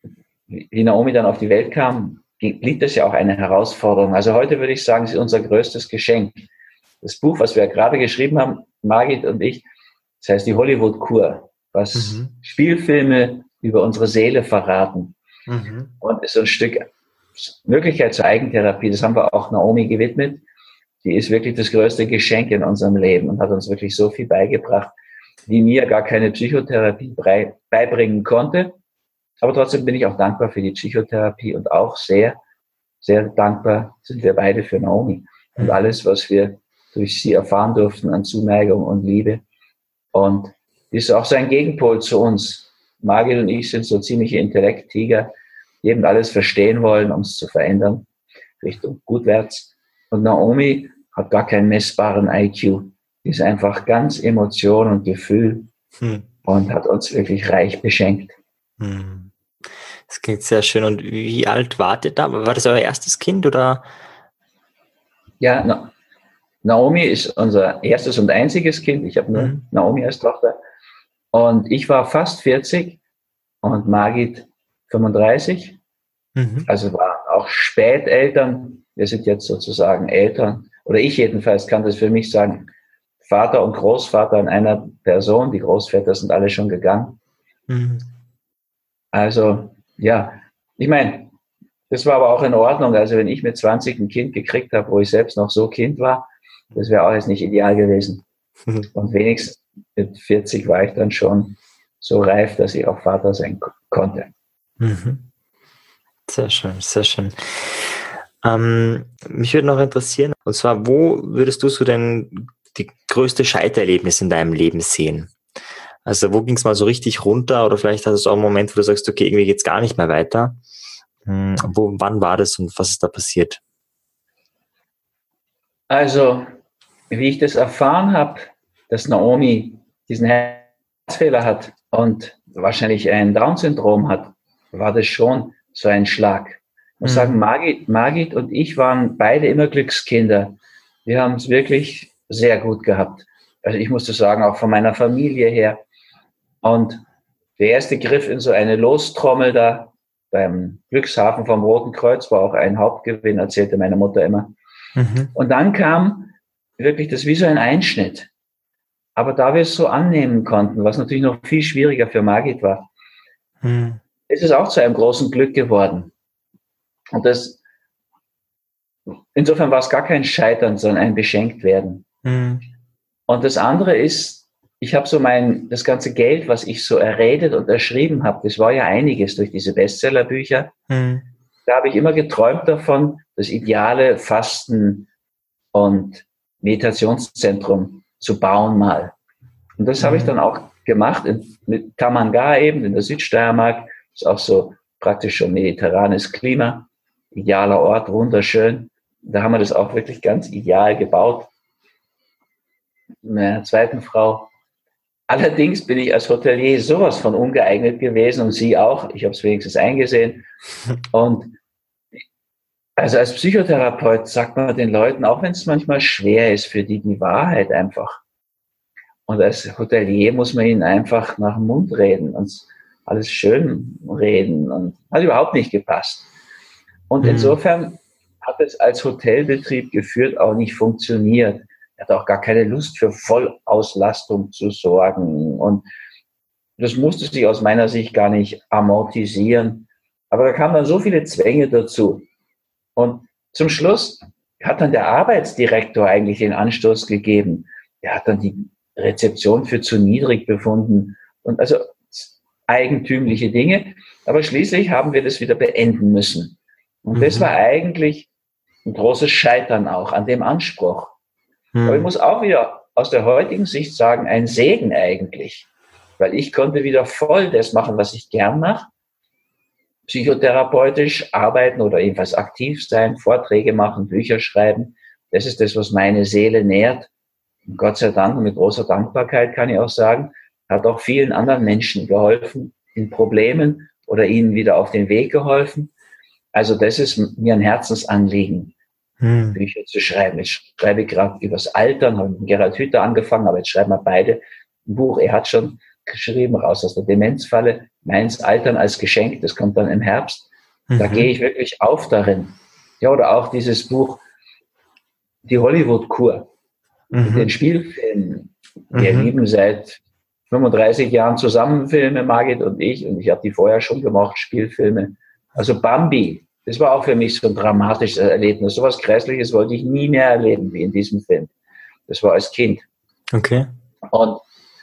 wie Naomi dann auf die Welt kam, blieb das ja auch eine Herausforderung. Also heute würde ich sagen, es ist unser größtes Geschenk. Das Buch, was wir gerade geschrieben haben, Margit und ich, das heißt die Hollywood-Kur, was mhm. Spielfilme über unsere Seele verraten. Mhm. Und ist so ein Stück Möglichkeit zur Eigentherapie. Das haben wir auch Naomi gewidmet. Die ist wirklich das größte Geschenk in unserem Leben und hat uns wirklich so viel beigebracht, die mir gar keine Psychotherapie beibringen konnte. Aber trotzdem bin ich auch dankbar für die Psychotherapie und auch sehr, sehr dankbar sind wir beide für Naomi und alles, was wir durch sie erfahren durften an Zuneigung und Liebe. Und die ist auch so ein Gegenpol zu uns. Margit und ich sind so ziemliche Intellekt-Tiger, die eben alles verstehen wollen, um es zu verändern, Richtung gutwärts. Und Naomi hat gar keinen messbaren I Q. Die ist einfach ganz Emotion und Gefühl hm. und hat uns wirklich reich beschenkt. Hm. Das klingt sehr schön. Und wie alt wart ihr da? War das euer erstes Kind oder? Ja, Na- Naomi ist unser erstes und einziges Kind. Ich habe nur mhm. Naomi als Tochter. Und ich war fast vierzig und Margit fünfunddreißig. Mhm. Also waren auch Späteltern. Wir sind jetzt sozusagen Eltern. Oder ich jedenfalls kann das für mich sagen. Vater und Großvater in einer Person. Die Großväter sind alle schon gegangen. Mhm. Also, ja, ich meine, das war aber auch in Ordnung. Also wenn ich mit zwanzig ein Kind gekriegt habe, wo ich selbst noch so Kind war, das wäre auch jetzt nicht ideal gewesen. Mhm. Und wenigstens mit vierzig war ich dann schon so reif, dass ich auch Vater sein k- konnte. Mhm. Sehr schön, sehr schön. Ähm, mich würde noch interessieren, und zwar, wo würdest du so denn die größte Scheitererlebnis in deinem Leben sehen? Also wo ging es mal so richtig runter oder vielleicht hast du auch einen Moment, wo du sagst, okay, irgendwie geht es gar nicht mehr weiter. Hm, wo, wann war das und was ist da passiert? Also, wie ich das erfahren habe, dass Naomi diesen Herzfehler hat und wahrscheinlich ein Down-Syndrom hat, war das schon so ein Schlag. Ich muss mhm. sagen, Margit, Margit und ich waren beide immer Glückskinder. Wir haben es wirklich sehr gut gehabt. Also ich musste sagen, auch von meiner Familie her. Und Der erste Griff in so eine Lostrommel da beim Glückshafen vom Roten Kreuz war auch ein Hauptgewinn, erzählte meine Mutter immer. Mhm. Und dann kam wirklich das wie so ein Einschnitt. Aber da wir es so annehmen konnten, was natürlich noch viel schwieriger für Margit war, mhm. ist es auch zu einem großen Glück geworden. Und das, insofern war es gar kein Scheitern, sondern ein Beschenktwerden. Mhm. Und das andere ist, ich habe so mein, das ganze Geld, was ich so erredet und erschrieben habe, das war ja einiges durch diese Bestsellerbücher. Mhm. Da habe ich immer geträumt davon, das ideale Fasten- und Meditationszentrum zu bauen mal. Und das mhm. habe ich dann auch gemacht in, mit Tamanga eben in der Südsteiermark. Das ist auch so praktisch schon mediterranes Klima. Idealer Ort, wunderschön. Da haben wir das auch wirklich ganz ideal gebaut. Mit meiner zweiten Frau. Allerdings bin ich als Hotelier sowas von ungeeignet gewesen und sie auch. Ich habe es wenigstens eingesehen. Und also als Psychotherapeut sagt man den Leuten, auch wenn es manchmal schwer ist, für die die Wahrheit einfach. Und als Hotelier muss man ihnen einfach nach dem Mund reden und alles schön reden. Und hat überhaupt nicht gepasst. Und mhm. insofern hat es als Hotelbetrieb geführt auch nicht funktioniert. Er hat auch gar keine Lust für Vollauslastung zu sorgen. Und das musste sich aus meiner Sicht gar nicht amortisieren. Aber da kamen dann so viele Zwänge dazu. Und zum Schluss hat dann der Arbeitsdirektor eigentlich den Anstoß gegeben. Er hat dann die Rezeption für zu niedrig befunden. Und also eigentümliche Dinge. Aber schließlich haben wir das wieder beenden müssen. Und mhm. das war eigentlich ein großes Scheitern auch an dem Anspruch. Mhm. Aber ich muss auch wieder aus der heutigen Sicht sagen, ein Segen eigentlich. Weil ich konnte wieder voll das machen, was ich gern mache. Psychotherapeutisch arbeiten oder jedenfalls aktiv sein, Vorträge machen, Bücher schreiben. Das ist das, was meine Seele nährt. Und Gott sei Dank und mit großer Dankbarkeit kann ich auch sagen, hat auch vielen anderen Menschen geholfen, in Problemen oder ihnen wieder auf den Weg geholfen. Also das ist mir ein Herzensanliegen, hm. Bücher zu schreiben. Ich schreibe gerade übers Altern, habe mit Gerhard Hüther angefangen, aber jetzt schreiben wir beide ein Buch. Er hat schon geschrieben, raus aus der Demenzfalle, meins Altern als Geschenk, das kommt dann im Herbst. Mhm. Da gehe ich wirklich auf darin. Ja, oder auch dieses Buch, die Hollywood-Kur, mhm. mit den Spielfilmen. Wir mhm. lieben seit fünfunddreißig Jahren zusammen Filme, Margit und ich, und ich habe die vorher schon gemacht, Spielfilme. Also Bambi, das war auch für mich so ein dramatisches Erlebnis. So was Grässliches wollte ich nie mehr erleben wie in diesem Film. Das war als Kind. Okay. Und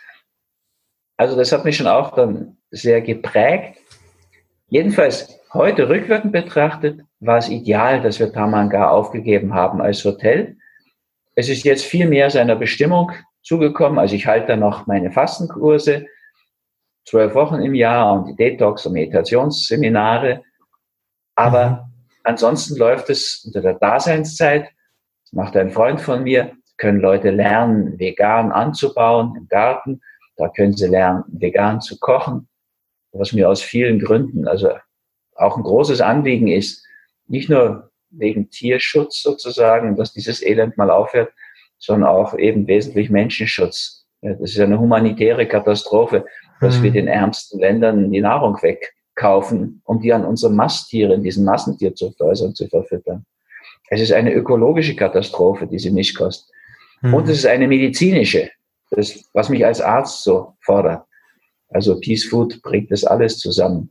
also das hat mich schon auch dann sehr geprägt. Jedenfalls heute rückwirkend betrachtet war es ideal, dass wir Tamanga aufgegeben haben als Hotel. Es ist jetzt viel mehr seiner Bestimmung zugekommen. Also ich halte da noch meine Fastenkurse, zwölf Wochen im Jahr und die Detox- und Meditationsseminare. Aber mhm. ansonsten läuft es unter der Daseinszeit. Das macht ein Freund von mir, können Leute lernen, vegan anzubauen im Garten. Da können sie lernen, vegan zu kochen, was mir aus vielen Gründen, also auch ein großes Anliegen ist, nicht nur wegen Tierschutz sozusagen, dass dieses Elend mal aufhört, sondern auch eben wesentlich Menschenschutz. Das ist eine humanitäre Katastrophe, dass mhm. wir den ärmsten Ländern die Nahrung wegkaufen, um die an unsere Masttiere, in diesen Massentierzuchthäusern zu verfüttern. Es ist eine ökologische Katastrophe, diese Mischkost. Mhm. Und es ist eine medizinische. Das, was mich als Arzt so fordert. Also Peace Food bringt das alles zusammen.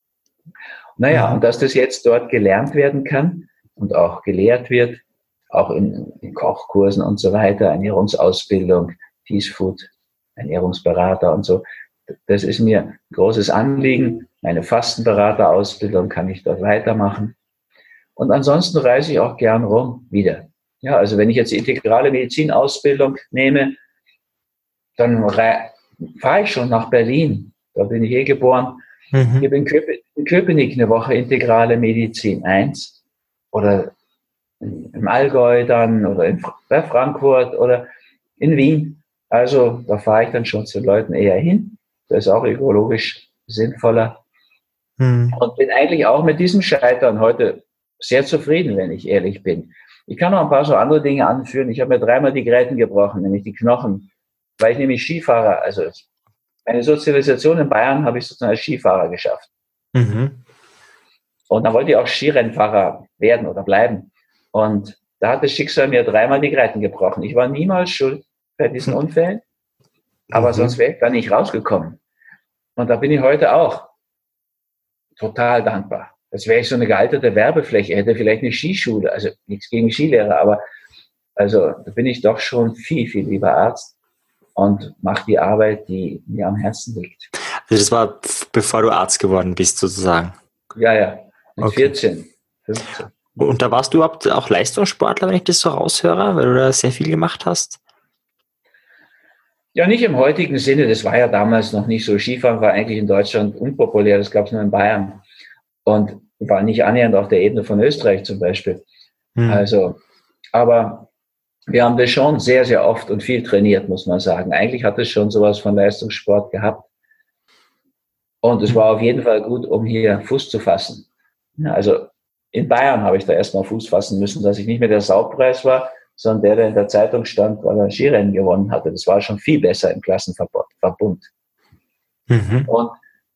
Naja, und dass das jetzt dort gelernt werden kann und auch gelehrt wird, auch in, in Kochkursen und so weiter, Ernährungsausbildung, Peace Food, Ernährungsberater und so, das ist mir ein großes Anliegen. Meine Fastenberaterausbildung kann ich dort weitermachen. Und ansonsten reise ich auch gern rum wieder. Ja, also wenn ich jetzt die integrale Medizinausbildung nehme, dann fahre ich schon nach Berlin. Da bin ich eh geboren. Mhm. Ich bin in, Köp in Köpenick eine Woche integrale Medizin eins oder im Allgäu dann oder in bei Frankfurt oder in Wien. Also da fahre ich dann schon zu Leuten eher hin. Das ist auch ökologisch sinnvoller. Mhm. Und bin eigentlich auch mit diesem Scheitern heute sehr zufrieden, wenn ich ehrlich bin. Ich kann noch ein paar so andere Dinge anführen. Ich habe mir dreimal die Gräten gebrochen, nämlich die Knochen. Weil ich nämlich Skifahrer, also meine Sozialisation in Bayern habe ich sozusagen als Skifahrer geschafft. Mhm. Und dann wollte ich auch Skirennfahrer werden oder bleiben. Und da hat das Schicksal mir dreimal die Greifen gebrochen. Ich war niemals schuld bei diesen Unfällen, aber mhm. sonst wäre ich da nicht rausgekommen. Und da bin ich heute auch total dankbar. Das wäre ich so eine gealterte Werbefläche, hätte vielleicht eine Skischule, also nichts gegen Skilehrer, aber also da bin ich doch schon viel, viel lieber Arzt und mache die Arbeit, die mir am Herzen liegt. Also das war bevor du Arzt geworden bist, sozusagen? Ja, ja, mit okay. vierzehn, fünfzehn. Und da warst du überhaupt auch Leistungssportler, wenn ich das so raushöre, weil du da sehr viel gemacht hast? Ja, nicht im heutigen Sinne. Das war ja damals noch nicht so. Skifahren war eigentlich in Deutschland unpopulär. Das gab es nur in Bayern. Und war nicht annähernd auf der Ebene von Österreich zum Beispiel. Hm. Also, aber wir haben das schon sehr, sehr oft und viel trainiert, muss man sagen. Eigentlich hat es schon sowas von Leistungssport gehabt. Und es war auf jeden Fall gut, um hier Fuß zu fassen. Also in Bayern habe ich da erstmal Fuß fassen müssen, dass ich nicht mehr der Saubpreis war, sondern der, der in der Zeitung stand, weil er Skirennen gewonnen hatte. Das war schon viel besser im Klassenverbund. Mhm. Und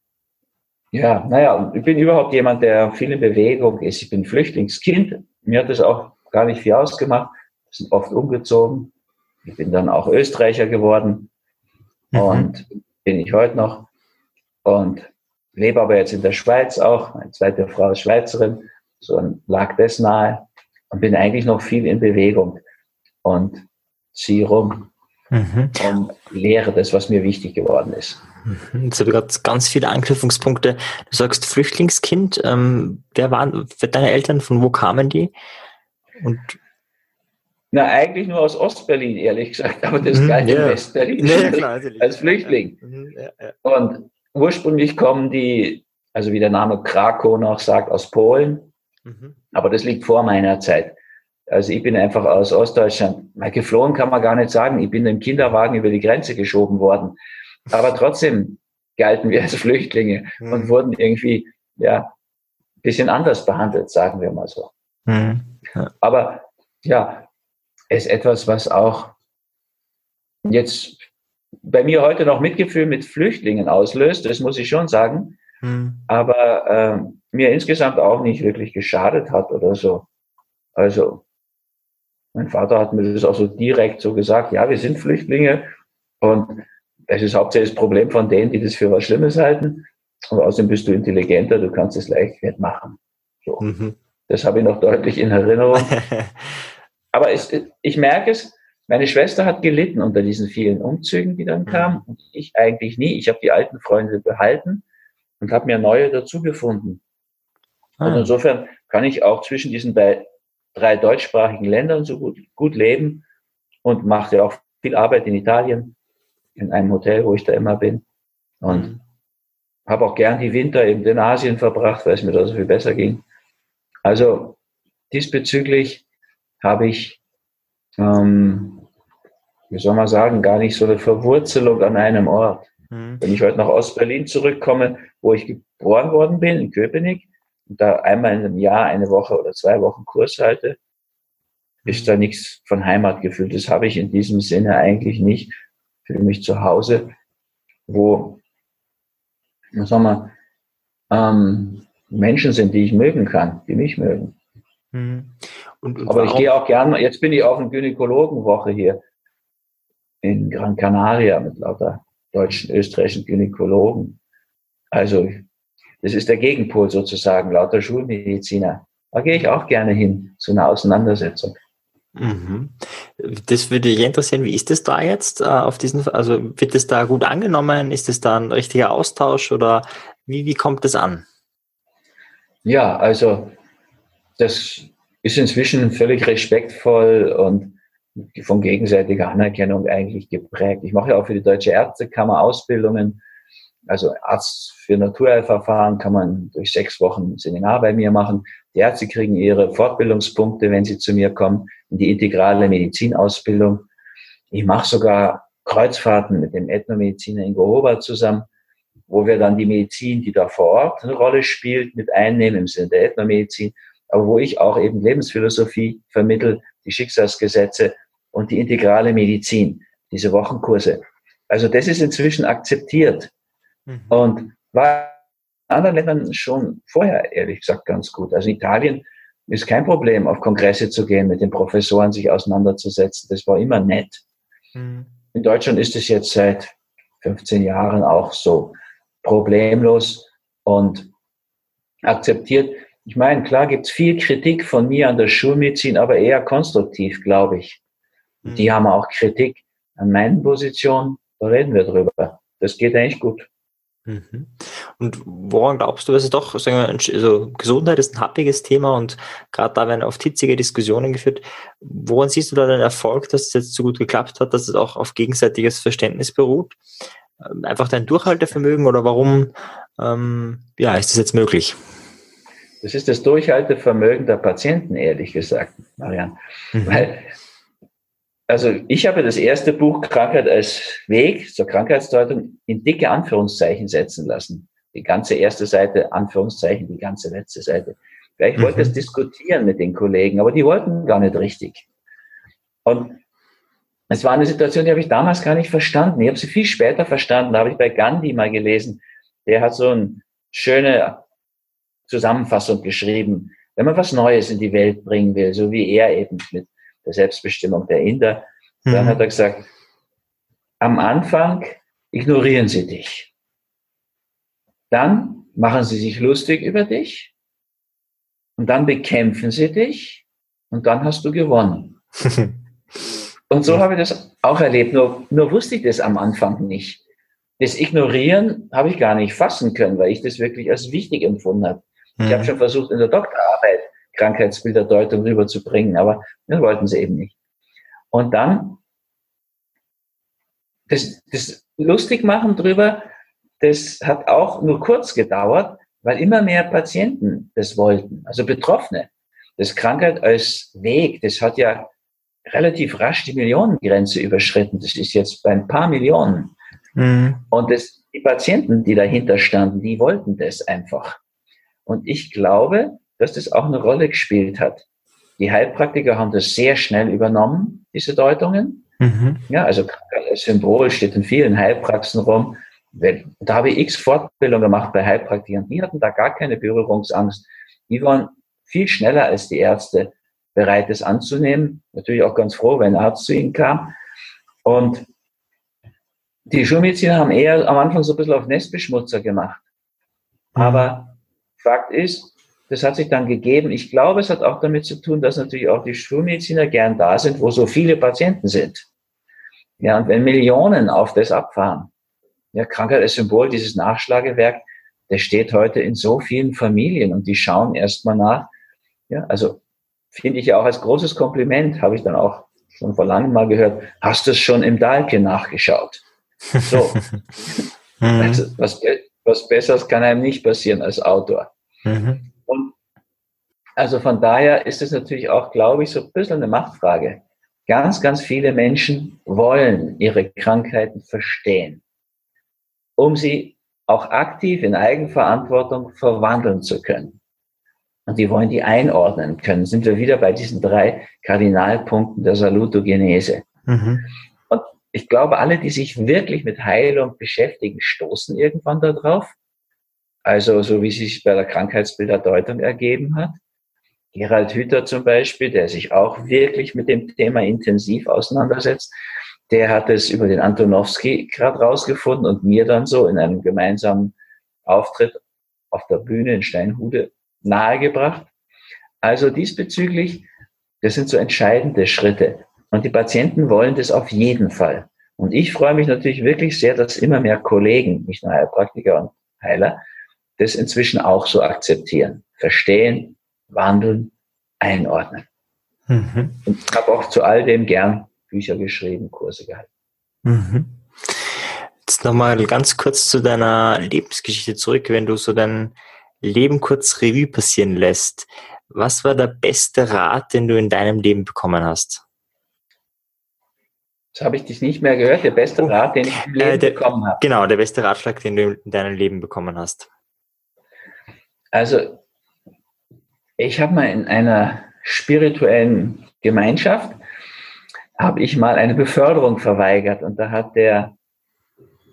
ja, naja, ich bin überhaupt jemand, der viel in Bewegung ist. Ich bin Flüchtlingskind. Mir hat das auch gar nicht viel ausgemacht. Wir sind oft umgezogen. Ich bin dann auch Österreicher geworden. Mhm. Und bin ich heute noch. Und lebe aber jetzt in der Schweiz auch. Meine zweite Frau ist Schweizerin. So lag das nahe. Und bin eigentlich noch viel in Bewegung. Und ziehe rum. Mhm. Und lehre das, was mir wichtig geworden ist. Jetzt habe ich gerade ganz viele Anknüpfungspunkte. Du sagst Flüchtlingskind. Ähm, wer waren deine Eltern? Von wo kamen die? Und Na, eigentlich nur aus Ostberlin, ehrlich gesagt. Aber das galt in yeah. Westberlin ja, klar, als Flüchtling. Ja, ja. Und ursprünglich kommen die, also wie der Name Krakow noch sagt, aus Polen. Mhm. Aber das liegt vor meiner Zeit. Also ich bin einfach aus Ostdeutschland. Mal geflohen kann man gar nicht sagen. Ich bin im Kinderwagen über die Grenze geschoben worden. Aber trotzdem galten wir als Flüchtlinge mhm. und wurden irgendwie, ja, ein bisschen anders behandelt, sagen wir mal so. Mhm. Ja. Aber ja, ist etwas, was auch jetzt bei mir heute noch Mitgefühl mit Flüchtlingen auslöst, das muss ich schon sagen, mhm. aber äh, mir insgesamt auch nicht wirklich geschadet hat oder so. Also mein Vater hat mir das auch so direkt so gesagt, ja, wir sind Flüchtlinge und das ist hauptsächlich das Problem von denen, die das für was Schlimmes halten. Und außerdem bist du intelligenter, du kannst es leicht machen. So. Mhm. Das habe ich noch deutlich in Erinnerung. Aber es, ich merke es, meine Schwester hat gelitten unter diesen vielen Umzügen, die dann kamen. Mhm. Und ich eigentlich nie. Ich habe die alten Freunde behalten und habe mir neue dazu gefunden. Ah. Und insofern kann ich auch zwischen diesen drei, drei deutschsprachigen Ländern so gut, gut leben und mache ja auch viel Arbeit in Italien, in einem Hotel, wo ich da immer bin. Und mhm. habe auch gern die Winter eben in Asien verbracht, weil es mir da so viel besser ging. Also diesbezüglich habe ich, ähm, wie soll man sagen, gar nicht so eine Verwurzelung an einem Ort. Mhm. Wenn ich heute nach Ostberlin zurückkomme, wo ich geboren worden bin, in Köpenick, und da einmal in einem Jahr eine Woche oder zwei Wochen Kurs halte, mhm. ist da nichts von Heimatgefühl. Das habe ich in diesem Sinne eigentlich nicht. Für mich zu Hause, wo, was soll man, ähm, Menschen sind, die ich mögen kann, die mich mögen. Mhm. Und, und Aber ich gehe auch gern, jetzt bin ich auf einer Gynäkologenwoche hier in Gran Canaria mit lauter deutschen, österreichischen Gynäkologen. Also, das ist der Gegenpol sozusagen, lauter Schulmediziner. Da gehe ich auch gerne hin, zu einer Auseinandersetzung. Mhm. Das würde mich interessieren, wie ist es da jetzt äh, auf diesen, also wird es da gut angenommen? Ist es da ein richtiger Austausch oder wie, wie kommt es an? Ja, also das ist inzwischen völlig respektvoll und von gegenseitiger Anerkennung eigentlich geprägt. Ich mache ja auch für die Deutsche Ärztekammer Ausbildungen. Also Arzt für Naturheilverfahren kann man durch sechs Wochen ein Seminar bei mir machen. Die Ärzte kriegen ihre Fortbildungspunkte, wenn sie zu mir kommen, in die integrale Medizinausbildung. Ich mache sogar Kreuzfahrten mit dem Ethnomediziner Ingo Hobart zusammen, wo wir dann die Medizin, die da vor Ort eine Rolle spielt, mit einnehmen im Sinne der Ethnomedizin, aber wo ich auch eben Lebensphilosophie vermittle, die Schicksalsgesetze und die integrale Medizin, diese Wochenkurse. Also das ist inzwischen akzeptiert mhm. und war in anderen Ländern schon vorher, ehrlich gesagt, ganz gut. Also Italien ist kein Problem, auf Kongresse zu gehen, mit den Professoren sich auseinanderzusetzen. Das war immer nett. Mhm. In Deutschland ist es jetzt seit fünfzehn Jahren auch so problemlos und akzeptiert. Ich meine, klar gibt es viel Kritik von mir an der Schulmedizin, aber eher konstruktiv, glaube ich. Mhm. Die haben auch Kritik an meinen Positionen, da reden wir drüber. Das geht eigentlich gut. Mhm. Und woran glaubst du, dass es doch, sagen wir, also Gesundheit ist ein happiges Thema und gerade da werden oft hitzige Diskussionen geführt. Woran siehst du da den Erfolg, dass es jetzt so gut geklappt hat, dass es auch auf gegenseitiges Verständnis beruht? Einfach dein Durchhaltevermögen oder warum ähm, ja, ist das jetzt möglich? Das ist das Durchhaltevermögen der Patienten, ehrlich gesagt, Marian. Mhm. Weil, also ich habe das erste Buch Krankheit als Weg zur Krankheitsdeutung in dicke Anführungszeichen setzen lassen. Die ganze erste Seite, Anführungszeichen, die ganze letzte Seite. Weil ich mhm. wollte es diskutieren mit den Kollegen, aber die wollten gar nicht richtig. Und es war eine Situation, die habe ich damals gar nicht verstanden. Ich habe sie viel später verstanden. Da habe ich bei Gandhi mal gelesen. Der hat so eine schöne Zusammenfassung geschrieben. Wenn man was Neues in die Welt bringen will, so wie er eben mit der Selbstbestimmung der Inder, mhm. dann hat er gesagt, am Anfang ignorieren sie dich. Dann machen sie sich lustig über dich. Und dann bekämpfen sie dich. Und dann hast du gewonnen. Und so habe ich das auch erlebt, nur, nur wusste ich das am Anfang nicht. Das Ignorieren habe ich gar nicht fassen können, weil ich das wirklich als wichtig empfunden habe. Mhm. Ich habe schon versucht, in der Doktorarbeit Krankheitsbilderdeutung rüberzubringen, aber das wollten sie eben nicht. Und dann das, das Lustigmachen drüber, das hat auch nur kurz gedauert, weil immer mehr Patienten das wollten, also Betroffene. Das Krankheit als Weg, das hat ja relativ rasch die Millionengrenze überschritten. Das ist jetzt bei ein paar Millionen. Mhm. Und das, die Patienten, die dahinter standen, die wollten das einfach. Und ich glaube, dass das auch eine Rolle gespielt hat. Die Heilpraktiker haben das sehr schnell übernommen, diese Deutungen. Mhm. Ja, also als Symbol steht in vielen Heilpraxen rum. Da habe ich x Fortbildungen gemacht bei Heilpraktikern. Die hatten da gar keine Berührungsangst. Die waren viel schneller als die Ärzte bereit, es anzunehmen. Natürlich auch ganz froh, wenn ein Arzt zu ihnen kam. Und die Schulmediziner haben eher am Anfang so ein bisschen auf Nestbeschmutzer gemacht. Mhm. Aber Fakt ist, das hat sich dann gegeben. Ich glaube, es hat auch damit zu tun, dass natürlich auch die Schulmediziner gern da sind, wo so viele Patienten sind. Ja, und wenn Millionen auf das abfahren, ja, Krankheit als Symbol, dieses Nachschlagewerk, das steht heute in so vielen Familien und die schauen erstmal nach. Ja, also finde ich ja auch als großes Kompliment, habe ich dann auch schon vor langem mal gehört, hast du es schon im Dahlke nachgeschaut? So. Mhm. Also, was, was Besseres kann einem nicht passieren als Autor. Mhm. Und also von daher ist es natürlich auch, glaube ich, so ein bisschen eine Machtfrage. Ganz, ganz viele Menschen wollen ihre Krankheiten verstehen, um sie auch aktiv in Eigenverantwortung verwandeln zu können. Und die wollen die einordnen können. Sind wir wieder bei diesen drei Kardinalpunkten der Salutogenese. Mhm. Und ich glaube, alle, die sich wirklich mit Heilung beschäftigen, stoßen irgendwann darauf. Also so wie es sich bei der Krankheitsbilderdeutung ergeben hat. Gerald Hüther zum Beispiel, der sich auch wirklich mit dem Thema intensiv auseinandersetzt, der hat es über den Antonowski gerade rausgefunden und mir dann so in einem gemeinsamen Auftritt auf der Bühne in Steinhude nahegebracht. Also diesbezüglich, das sind so entscheidende Schritte. Und die Patienten wollen das auf jeden Fall. Und ich freue mich natürlich wirklich sehr, dass immer mehr Kollegen, nicht nur Heilpraktiker und Heiler, das inzwischen auch so akzeptieren, verstehen, wandeln, einordnen. Mhm. Und ich habe auch zu all dem gern Bücher geschrieben, Kurse gehalten. Mhm. Jetzt nochmal ganz kurz zu deiner Lebensgeschichte zurück, wenn du so dein Leben kurz Revue passieren lässt. Was war der beste Rat, den du in deinem Leben bekommen hast? Das habe ich dich nicht mehr gehört. Der beste Rat, den ich im Leben äh, der, bekommen habe. Genau, der beste Ratschlag, den du in deinem Leben bekommen hast. Also, ich habe mal in einer spirituellen Gemeinschaft, habe ich mal eine Beförderung verweigert und da hat der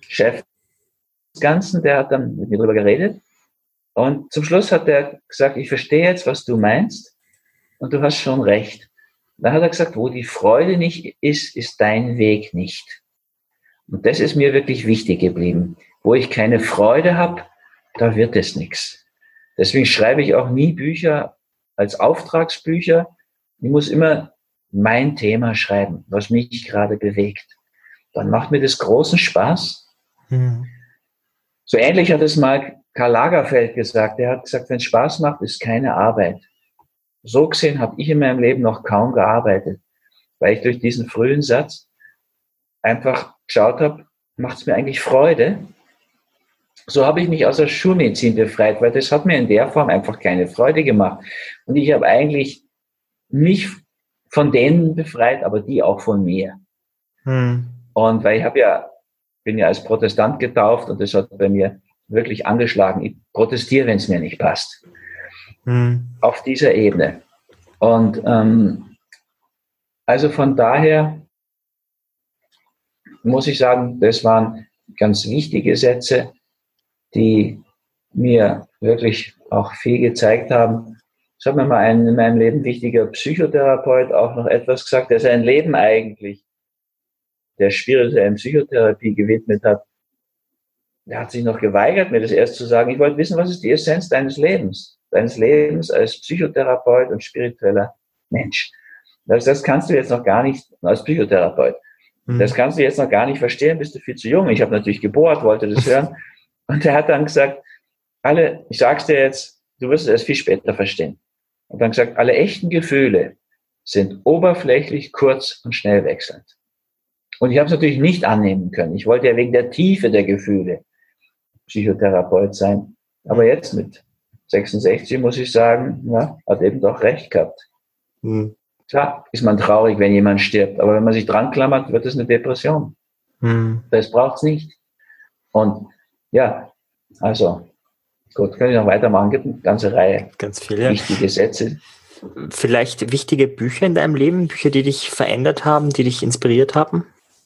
Chef des Ganzen, der hat dann mit mir drüber geredet. Und zum Schluss hat er gesagt, ich verstehe jetzt, was du meinst und du hast schon recht. Dann hat er gesagt, wo die Freude nicht ist, ist dein Weg nicht. Und das ist mir wirklich wichtig geblieben. Wo ich keine Freude habe, da wird es nichts. Deswegen schreibe ich auch nie Bücher als Auftragsbücher. Ich muss immer mein Thema schreiben, was mich gerade bewegt. Dann macht mir das großen Spaß. Mhm. So ähnlich hat es mal Karl Lagerfeld gesagt. Er hat gesagt, wenn es Spaß macht, ist keine Arbeit. So gesehen habe ich in meinem Leben noch kaum gearbeitet, weil ich durch diesen frühen Satz einfach geschaut habe, macht es mir eigentlich Freude? So habe ich mich aus der Schulmedizin befreit, weil das hat mir in der Form einfach keine Freude gemacht. Und ich habe eigentlich mich von denen befreit, aber die auch von mir. Hm. Und weil ich habe ja, bin ja als Protestant getauft und das hat bei mir wirklich angeschlagen. Ich protestiere, wenn es mir nicht passt. Hm. Auf dieser Ebene. Und ähm, also von daher muss ich sagen, das waren ganz wichtige Sätze, die mir wirklich auch viel gezeigt haben. Es hat mir mal ein in meinem Leben wichtiger Psychotherapeut auch noch etwas gesagt, der sein Leben eigentlich der spirituellen Psychotherapie gewidmet hat. Er hat sich noch geweigert, mir das erst zu sagen. Ich wollte wissen, was ist die Essenz deines Lebens? Deines Lebens als Psychotherapeut und spiritueller Mensch. Das, das kannst du jetzt noch gar nicht, als Psychotherapeut, mhm. das kannst du jetzt noch gar nicht verstehen, bist du viel zu jung. Ich habe natürlich gebohrt, wollte das hören. Und er hat dann gesagt, alle, ich sag's dir jetzt, du wirst es erst viel später verstehen. Und dann gesagt, alle echten Gefühle sind oberflächlich, kurz und schnell wechselnd. Und ich habe es natürlich nicht annehmen können. Ich wollte ja wegen der Tiefe der Gefühle Psychotherapeut sein. Aber jetzt mit sechsundsechzig muss ich sagen, ja, hat eben doch recht gehabt. Mhm. Klar ist man traurig, wenn jemand stirbt. Aber wenn man sich dran klammert, wird es eine Depression. Mhm. Das braucht's nicht. Und ja, also gut, kann ich noch weitermachen. Gibt eine ganze Reihe. Ganz viele wichtige Sätze. Vielleicht wichtige Bücher in deinem Leben, Bücher, die dich verändert haben, die dich inspiriert haben?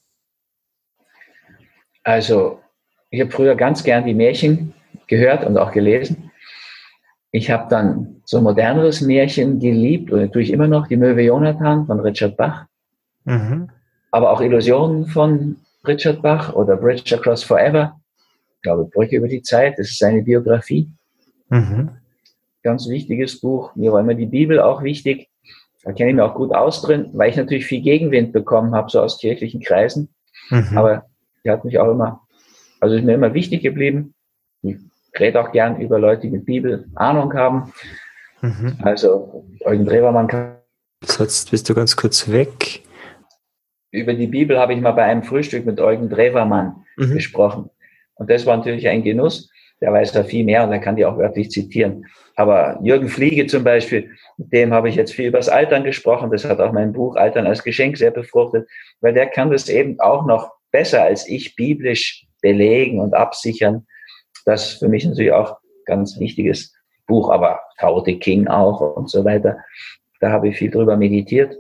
Also, ich habe früher ganz gern die Märchen gehört und auch gelesen. Ich habe dann so ein moderneres Märchen geliebt, und tue ich immer noch, die Möwe Jonathan von Richard Bach. Mhm. Aber auch Illusionen von Richard Bach oder Bridge Across Forever. Ich glaube, Brücke über die Zeit, das ist seine Biografie. Mhm. Ganz wichtiges Buch. Mir war immer die Bibel auch wichtig. Da kenne ich mich auch gut aus drin, weil ich natürlich viel Gegenwind bekommen habe, so aus kirchlichen Kreisen. Mhm. Aber die hat mich auch immer, also ist mir immer wichtig geblieben. Ich rede auch gern über Leute, die mit Bibel Ahnung haben. Mhm. Also Eugen Drewermann kann. Jetzt bist du ganz kurz weg. Über die Bibel habe ich mal bei einem Frühstück mit Eugen Drewermann mhm. gesprochen. Und das war natürlich ein Genuss. Der weiß da viel mehr und er kann die auch wörtlich zitieren. Aber Jürgen Fliege zum Beispiel, mit dem habe ich jetzt viel über das Altern gesprochen. Das hat auch mein Buch Altern als Geschenk sehr befruchtet, weil der kann das eben auch noch besser als ich biblisch belegen und absichern. Das ist für mich natürlich auch ein ganz wichtiges Buch, aber Tao Te King auch und so weiter. Da habe ich viel drüber meditiert.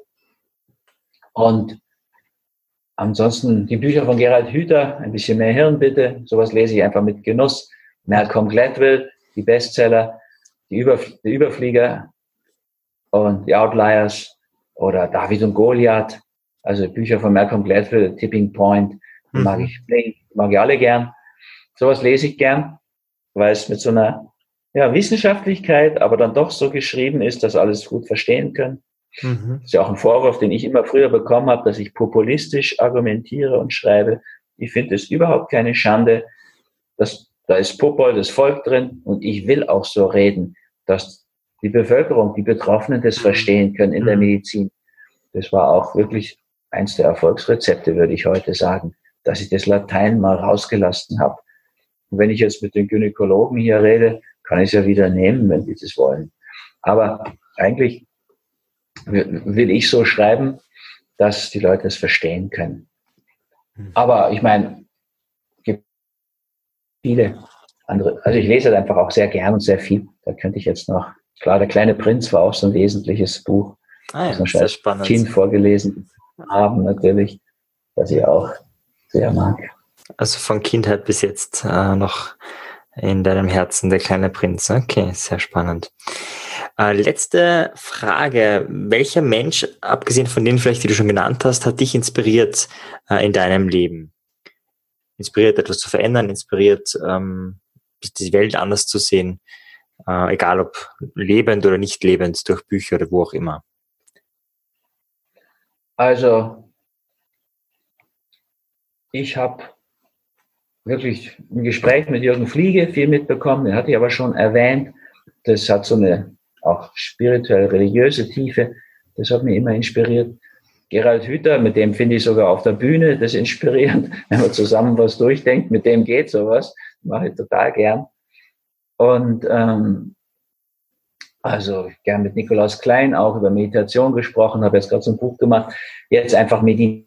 Und ansonsten die Bücher von Gerald Hüther, ein bisschen mehr Hirn bitte. Sowas lese ich einfach mit Genuss. Malcolm Gladwell, die Bestseller, die, Überf- die Überflieger und die Outliers oder David und Goliath. Also Bücher von Malcolm Gladwell, Tipping Point, die mhm. mag ich, die mag ich alle gern. Sowas lese ich gern, weil es mit so einer ja, Wissenschaftlichkeit, aber dann doch so geschrieben ist, dass alles gut verstehen können. Mhm. Das ist ja auch ein Vorwurf, den ich immer früher bekommen habe, dass ich populistisch argumentiere und schreibe. Ich finde es überhaupt keine Schande, dass da ist Popol, das Volk drin und ich will auch so reden, dass die Bevölkerung, die Betroffenen das verstehen können in der Medizin. Das war auch wirklich eins der Erfolgsrezepte, würde ich heute sagen, dass ich das Latein mal rausgelassen habe. Und wenn ich jetzt mit den Gynäkologen hier rede, kann ich es ja wieder nehmen, wenn die das wollen. Aber eigentlich will ich so schreiben, dass die Leute es verstehen können. Aber ich meine, es gibt viele andere, also ich lese halt einfach auch sehr gern und sehr viel. Da könnte ich jetzt noch, klar, der kleine Prinz war auch so ein wesentliches Buch, ah ja, das wir als Kind vorgelesen haben, natürlich, das ich auch sehr mag. Also von Kindheit bis jetzt äh, noch in deinem Herzen der kleine Prinz. Okay, sehr spannend. Äh, letzte Frage. Welcher Mensch, abgesehen von denen vielleicht, die du schon genannt hast, hat dich inspiriert äh, in deinem Leben? Inspiriert, etwas zu verändern, inspiriert, ähm, die Welt anders zu sehen, äh, egal ob lebend oder nicht lebend, durch Bücher oder wo auch immer. Also, ich habe wirklich ein Gespräch mit Jürgen Fliege viel mitbekommen, den hatte ich aber schon erwähnt. Das hat so eine auch spirituell-religiöse Tiefe, das hat mich immer inspiriert. Gerald Hüther, mit dem finde ich sogar auf der Bühne das inspirierend, wenn man zusammen was durchdenkt, mit dem geht sowas, mache ich total gern. Und ähm, also gern mit Nikolaus Klein auch über Meditation gesprochen, habe jetzt gerade so ein Buch gemacht, jetzt einfach meditieren.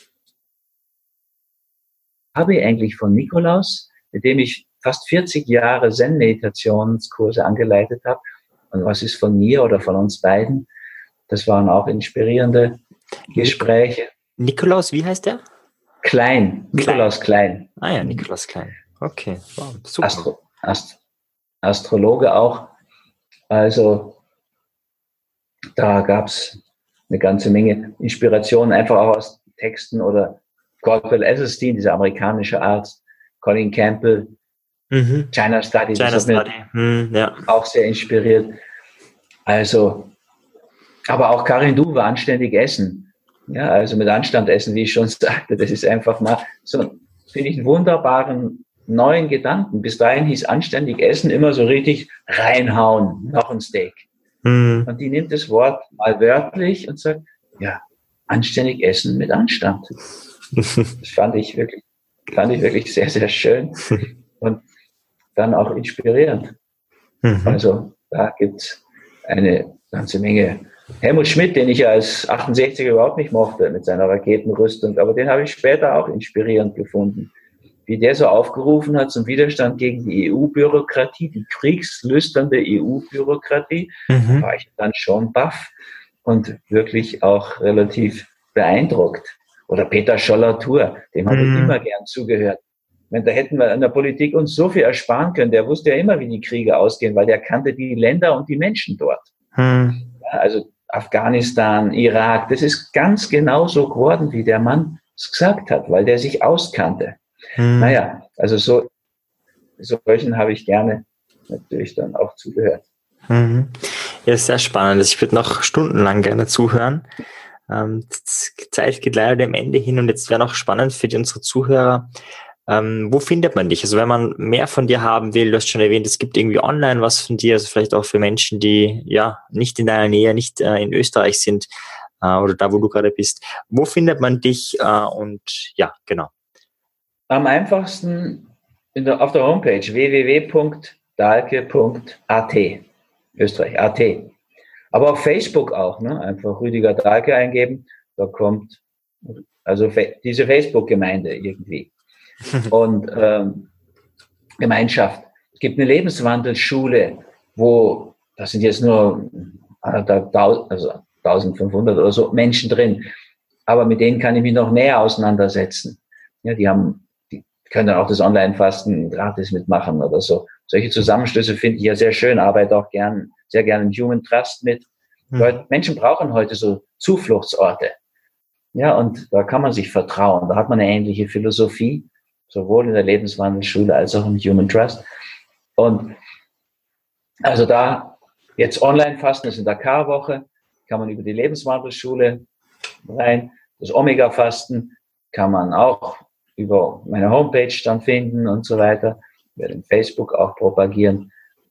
Habe ich eigentlich von Nikolaus, mit dem ich fast vierzig Jahre Zen-Meditationskurse angeleitet habe. Und was ist von mir oder von uns beiden? Das waren auch inspirierende Gespräche. Nikolaus, wie heißt der? Klein. Nikolaus Klein. Ah ja, Nikolaus Klein. Okay, wow, super. Astro, Ast, Astrologe auch. Also da gab es eine ganze Menge Inspiration, einfach auch aus Texten oder Caldwell Esselstyn, dieser amerikanische Arzt, Colin Campbell, mhm. China Study, China das hat Study. Hm, ja. auch sehr inspiriert. Also, aber auch Karin Duwe, anständig essen. Ja, also mit Anstand essen, wie ich schon sagte, das ist einfach mal so, finde ich, einen wunderbaren neuen Gedanken. Bis dahin hieß anständig essen immer so richtig reinhauen, noch ein Steak. Mhm. Und die nimmt das Wort mal wörtlich und sagt, ja, anständig essen mit Anstand. Das fand ich wirklich, fand ich wirklich sehr, sehr schön und dann auch inspirierend. Mhm. Also da gibt's eine ganze Menge. Helmut Schmidt, den ich ja als achtundsechziger überhaupt nicht mochte mit seiner Raketenrüstung, aber den habe ich später auch inspirierend gefunden. Wie der so aufgerufen hat zum Widerstand gegen die E U-Bürokratie, die kriegslüsternde E U-Bürokratie, mhm. war ich dann schon baff und wirklich auch relativ beeindruckt. Oder Peter Scholler-Thur, dem habe mhm. ich immer gern zugehört. Wenn, da hätten wir in der Politik uns so viel ersparen können. Der wusste ja immer, wie die Kriege ausgehen, weil der kannte die Länder und die Menschen dort. Mhm. Ja, also Afghanistan, Irak, das ist ganz genau so geworden, wie der Mann es gesagt hat, weil der sich auskannte. Mhm. Naja, also so, solchen habe ich gerne natürlich dann auch zugehört. Mhm. Ja, ist sehr spannend. Ich würde noch stundenlang gerne zuhören. Ähm, die Zeit geht leider dem Ende hin und jetzt wäre noch spannend für die, unsere Zuhörer. Ähm, wo findet man dich? Also wenn man mehr von dir haben will, du hast schon erwähnt, es gibt irgendwie online was von dir, also vielleicht auch für Menschen, die ja nicht in deiner Nähe, nicht äh, in Österreich sind äh, oder da, wo du gerade bist. Wo findet man dich äh, und ja, genau. Am einfachsten in der, auf der Homepage w w w punkt dahlke punkt a t, Österreich, A T. Aber auf Facebook auch, ne? Einfach Rüdiger Dahlke eingeben, da kommt also diese Facebook-Gemeinde irgendwie. Und ähm, Gemeinschaft. Es gibt eine Lebenswandelschule, wo, das sind jetzt nur also eintausendfünfhundert oder so Menschen drin, aber mit denen kann ich mich noch näher auseinandersetzen. Ja, die haben, die können dann auch das Online-Fasten gratis mitmachen oder so. Solche Zusammenschlüsse finde ich ja sehr schön, arbeite auch gern, sehr gerne im Human Trust mit. Mhm. Menschen brauchen heute so Zufluchtsorte. Ja, und da kann man sich vertrauen. Da hat man eine ähnliche Philosophie, sowohl in der Lebenswandelschule als auch im Human Trust. Und also da jetzt Online-Fasten ist in der Karwoche, kann man über die Lebenswandelschule rein. Das Omega-Fasten kann man auch über meine Homepage dann finden und so weiter. Ich werde in Facebook auch propagieren.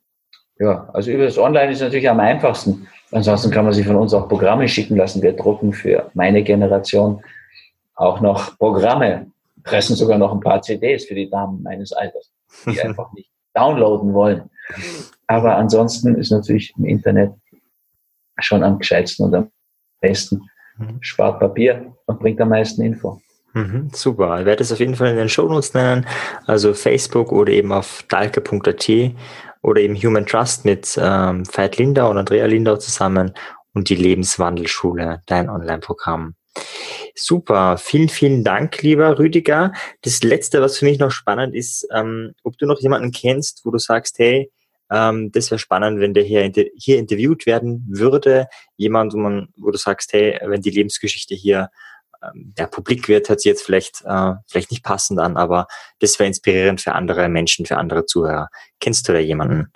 Ja, also über das Online ist natürlich am einfachsten. Ansonsten kann man sich von uns auch Programme schicken lassen. Wir drucken für meine Generation auch noch Programme, pressen sogar noch ein paar C Ds für die Damen meines Alters, die einfach nicht downloaden wollen. Aber ansonsten ist natürlich im Internet schon am gescheitsten und am besten. Spart Papier und bringt am meisten Info. Mhm, super. Ich werde es auf jeden Fall in den Shownotes nennen, also Facebook oder eben auf dahlke punkt a t oder eben Human Trust mit ähm, Veit Lindau und Andrea Lindau zusammen und die Lebenswandelschule, dein Online-Programm. Super, vielen, vielen Dank, lieber Rüdiger. Das Letzte, was für mich noch spannend ist, ähm, ob du noch jemanden kennst, wo du sagst, hey, ähm, das wäre spannend, wenn der hier, inter- hier interviewt werden würde. Jemand, wo, man, wo du sagst, hey, wenn die Lebensgeschichte hier ähm, ja, publik wird, hört sich jetzt vielleicht, äh, vielleicht nicht passend an, aber das wäre inspirierend für andere Menschen, für andere Zuhörer. Kennst du da jemanden?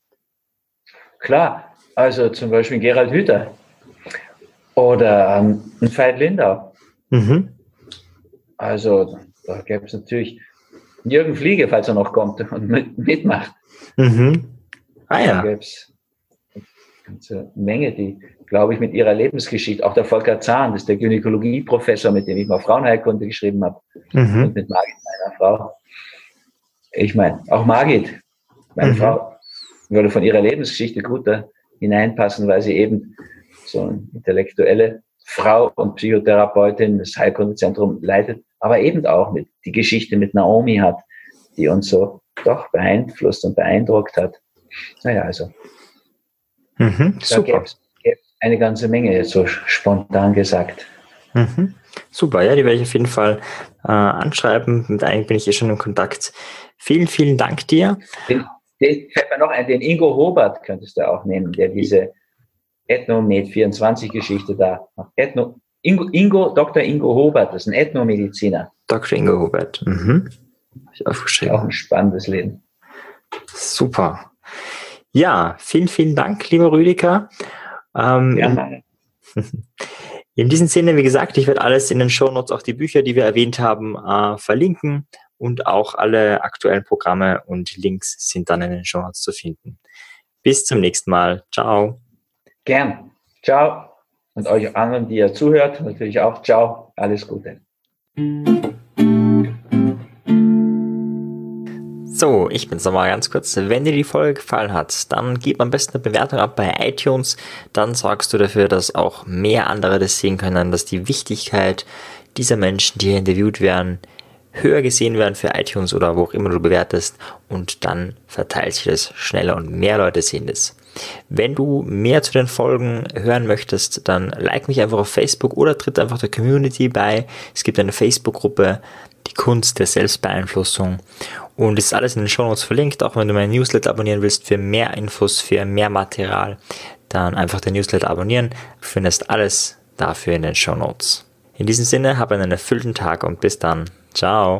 Klar, also zum Beispiel Gerald Hüther oder ähm, ein Veit Lindau. Mhm. Also da gäbe es natürlich Jürgen Fliege, falls er noch kommt und mit, mitmacht. Mhm. Ah Da ja. gäbe es eine ganze Menge, die, glaube ich, mit ihrer Lebensgeschichte, auch der Volker Zahn, das ist der Gynäkologieprofessor, mit dem ich mal Frauenheilkunde geschrieben habe, Mhm. und mit Margit, meiner Frau. Ich meine, auch Margit, meine Mhm. Frau, würde von ihrer Lebensgeschichte gut da hineinpassen, weil sie eben so eine intellektuelle Frau und Psychotherapeutin das Heilkundezentrum leitet, aber eben auch mit die Geschichte mit Naomi hat, die uns so doch beeinflusst und beeindruckt hat. Naja, also Mhm. da Super. gäbe es eine ganze Menge, jetzt so spontan gesagt. Mhm. Super, ja, die werde ich auf jeden Fall äh, anschreiben. Mit einigen bin ich eh schon in Kontakt. Vielen, vielen Dank dir. Den, den fällt mir noch ein, den Ingo Hobart könntest du auch nehmen, der diese Ethnomed vierundzwanzig Geschichte da macht. Ethno, Ingo, Ingo, Doktor Ingo Hobart, das ist ein Ethnomediziner. Doktor Ingo Hubert. Mhm. Habe ich aufgeschrieben. Auch ein spannendes Leben. Super. Ja, vielen, vielen Dank, lieber Rüdiger. Ähm, Ja, in, meine. in diesem Sinne, wie gesagt, ich werde alles in den Shownotes, auch die Bücher, die wir erwähnt haben, äh, verlinken und auch alle aktuellen Programme und Links sind dann in den Shownotes zu finden. Bis zum nächsten Mal. Ciao. Gern. Ciao. Und euch anderen, die ihr zuhört, natürlich auch. Ciao. Alles Gute. So, ich bin's nochmal ganz kurz. Wenn dir die Folge gefallen hat, dann gib am besten eine Bewertung ab bei iTunes. Dann sorgst du dafür, dass auch mehr andere das sehen können, dass die Wichtigkeit dieser Menschen, die hier interviewt werden, höher gesehen werden für iTunes oder wo auch immer du bewertest. Und dann verteilt sich das schneller und mehr Leute sehen das. Wenn du mehr zu den Folgen hören möchtest, dann like mich einfach auf Facebook oder tritt einfach der Community bei. Es gibt eine Facebook-Gruppe, die Kunst der Selbstbeeinflussung. Und es ist alles in den Shownotes verlinkt. Auch wenn du meinen Newsletter abonnieren willst für mehr Infos, für mehr Material, dann einfach den Newsletter abonnieren. Du findest alles dafür in den Shownotes. In diesem Sinne, hab einen erfüllten Tag und bis dann. Ciao.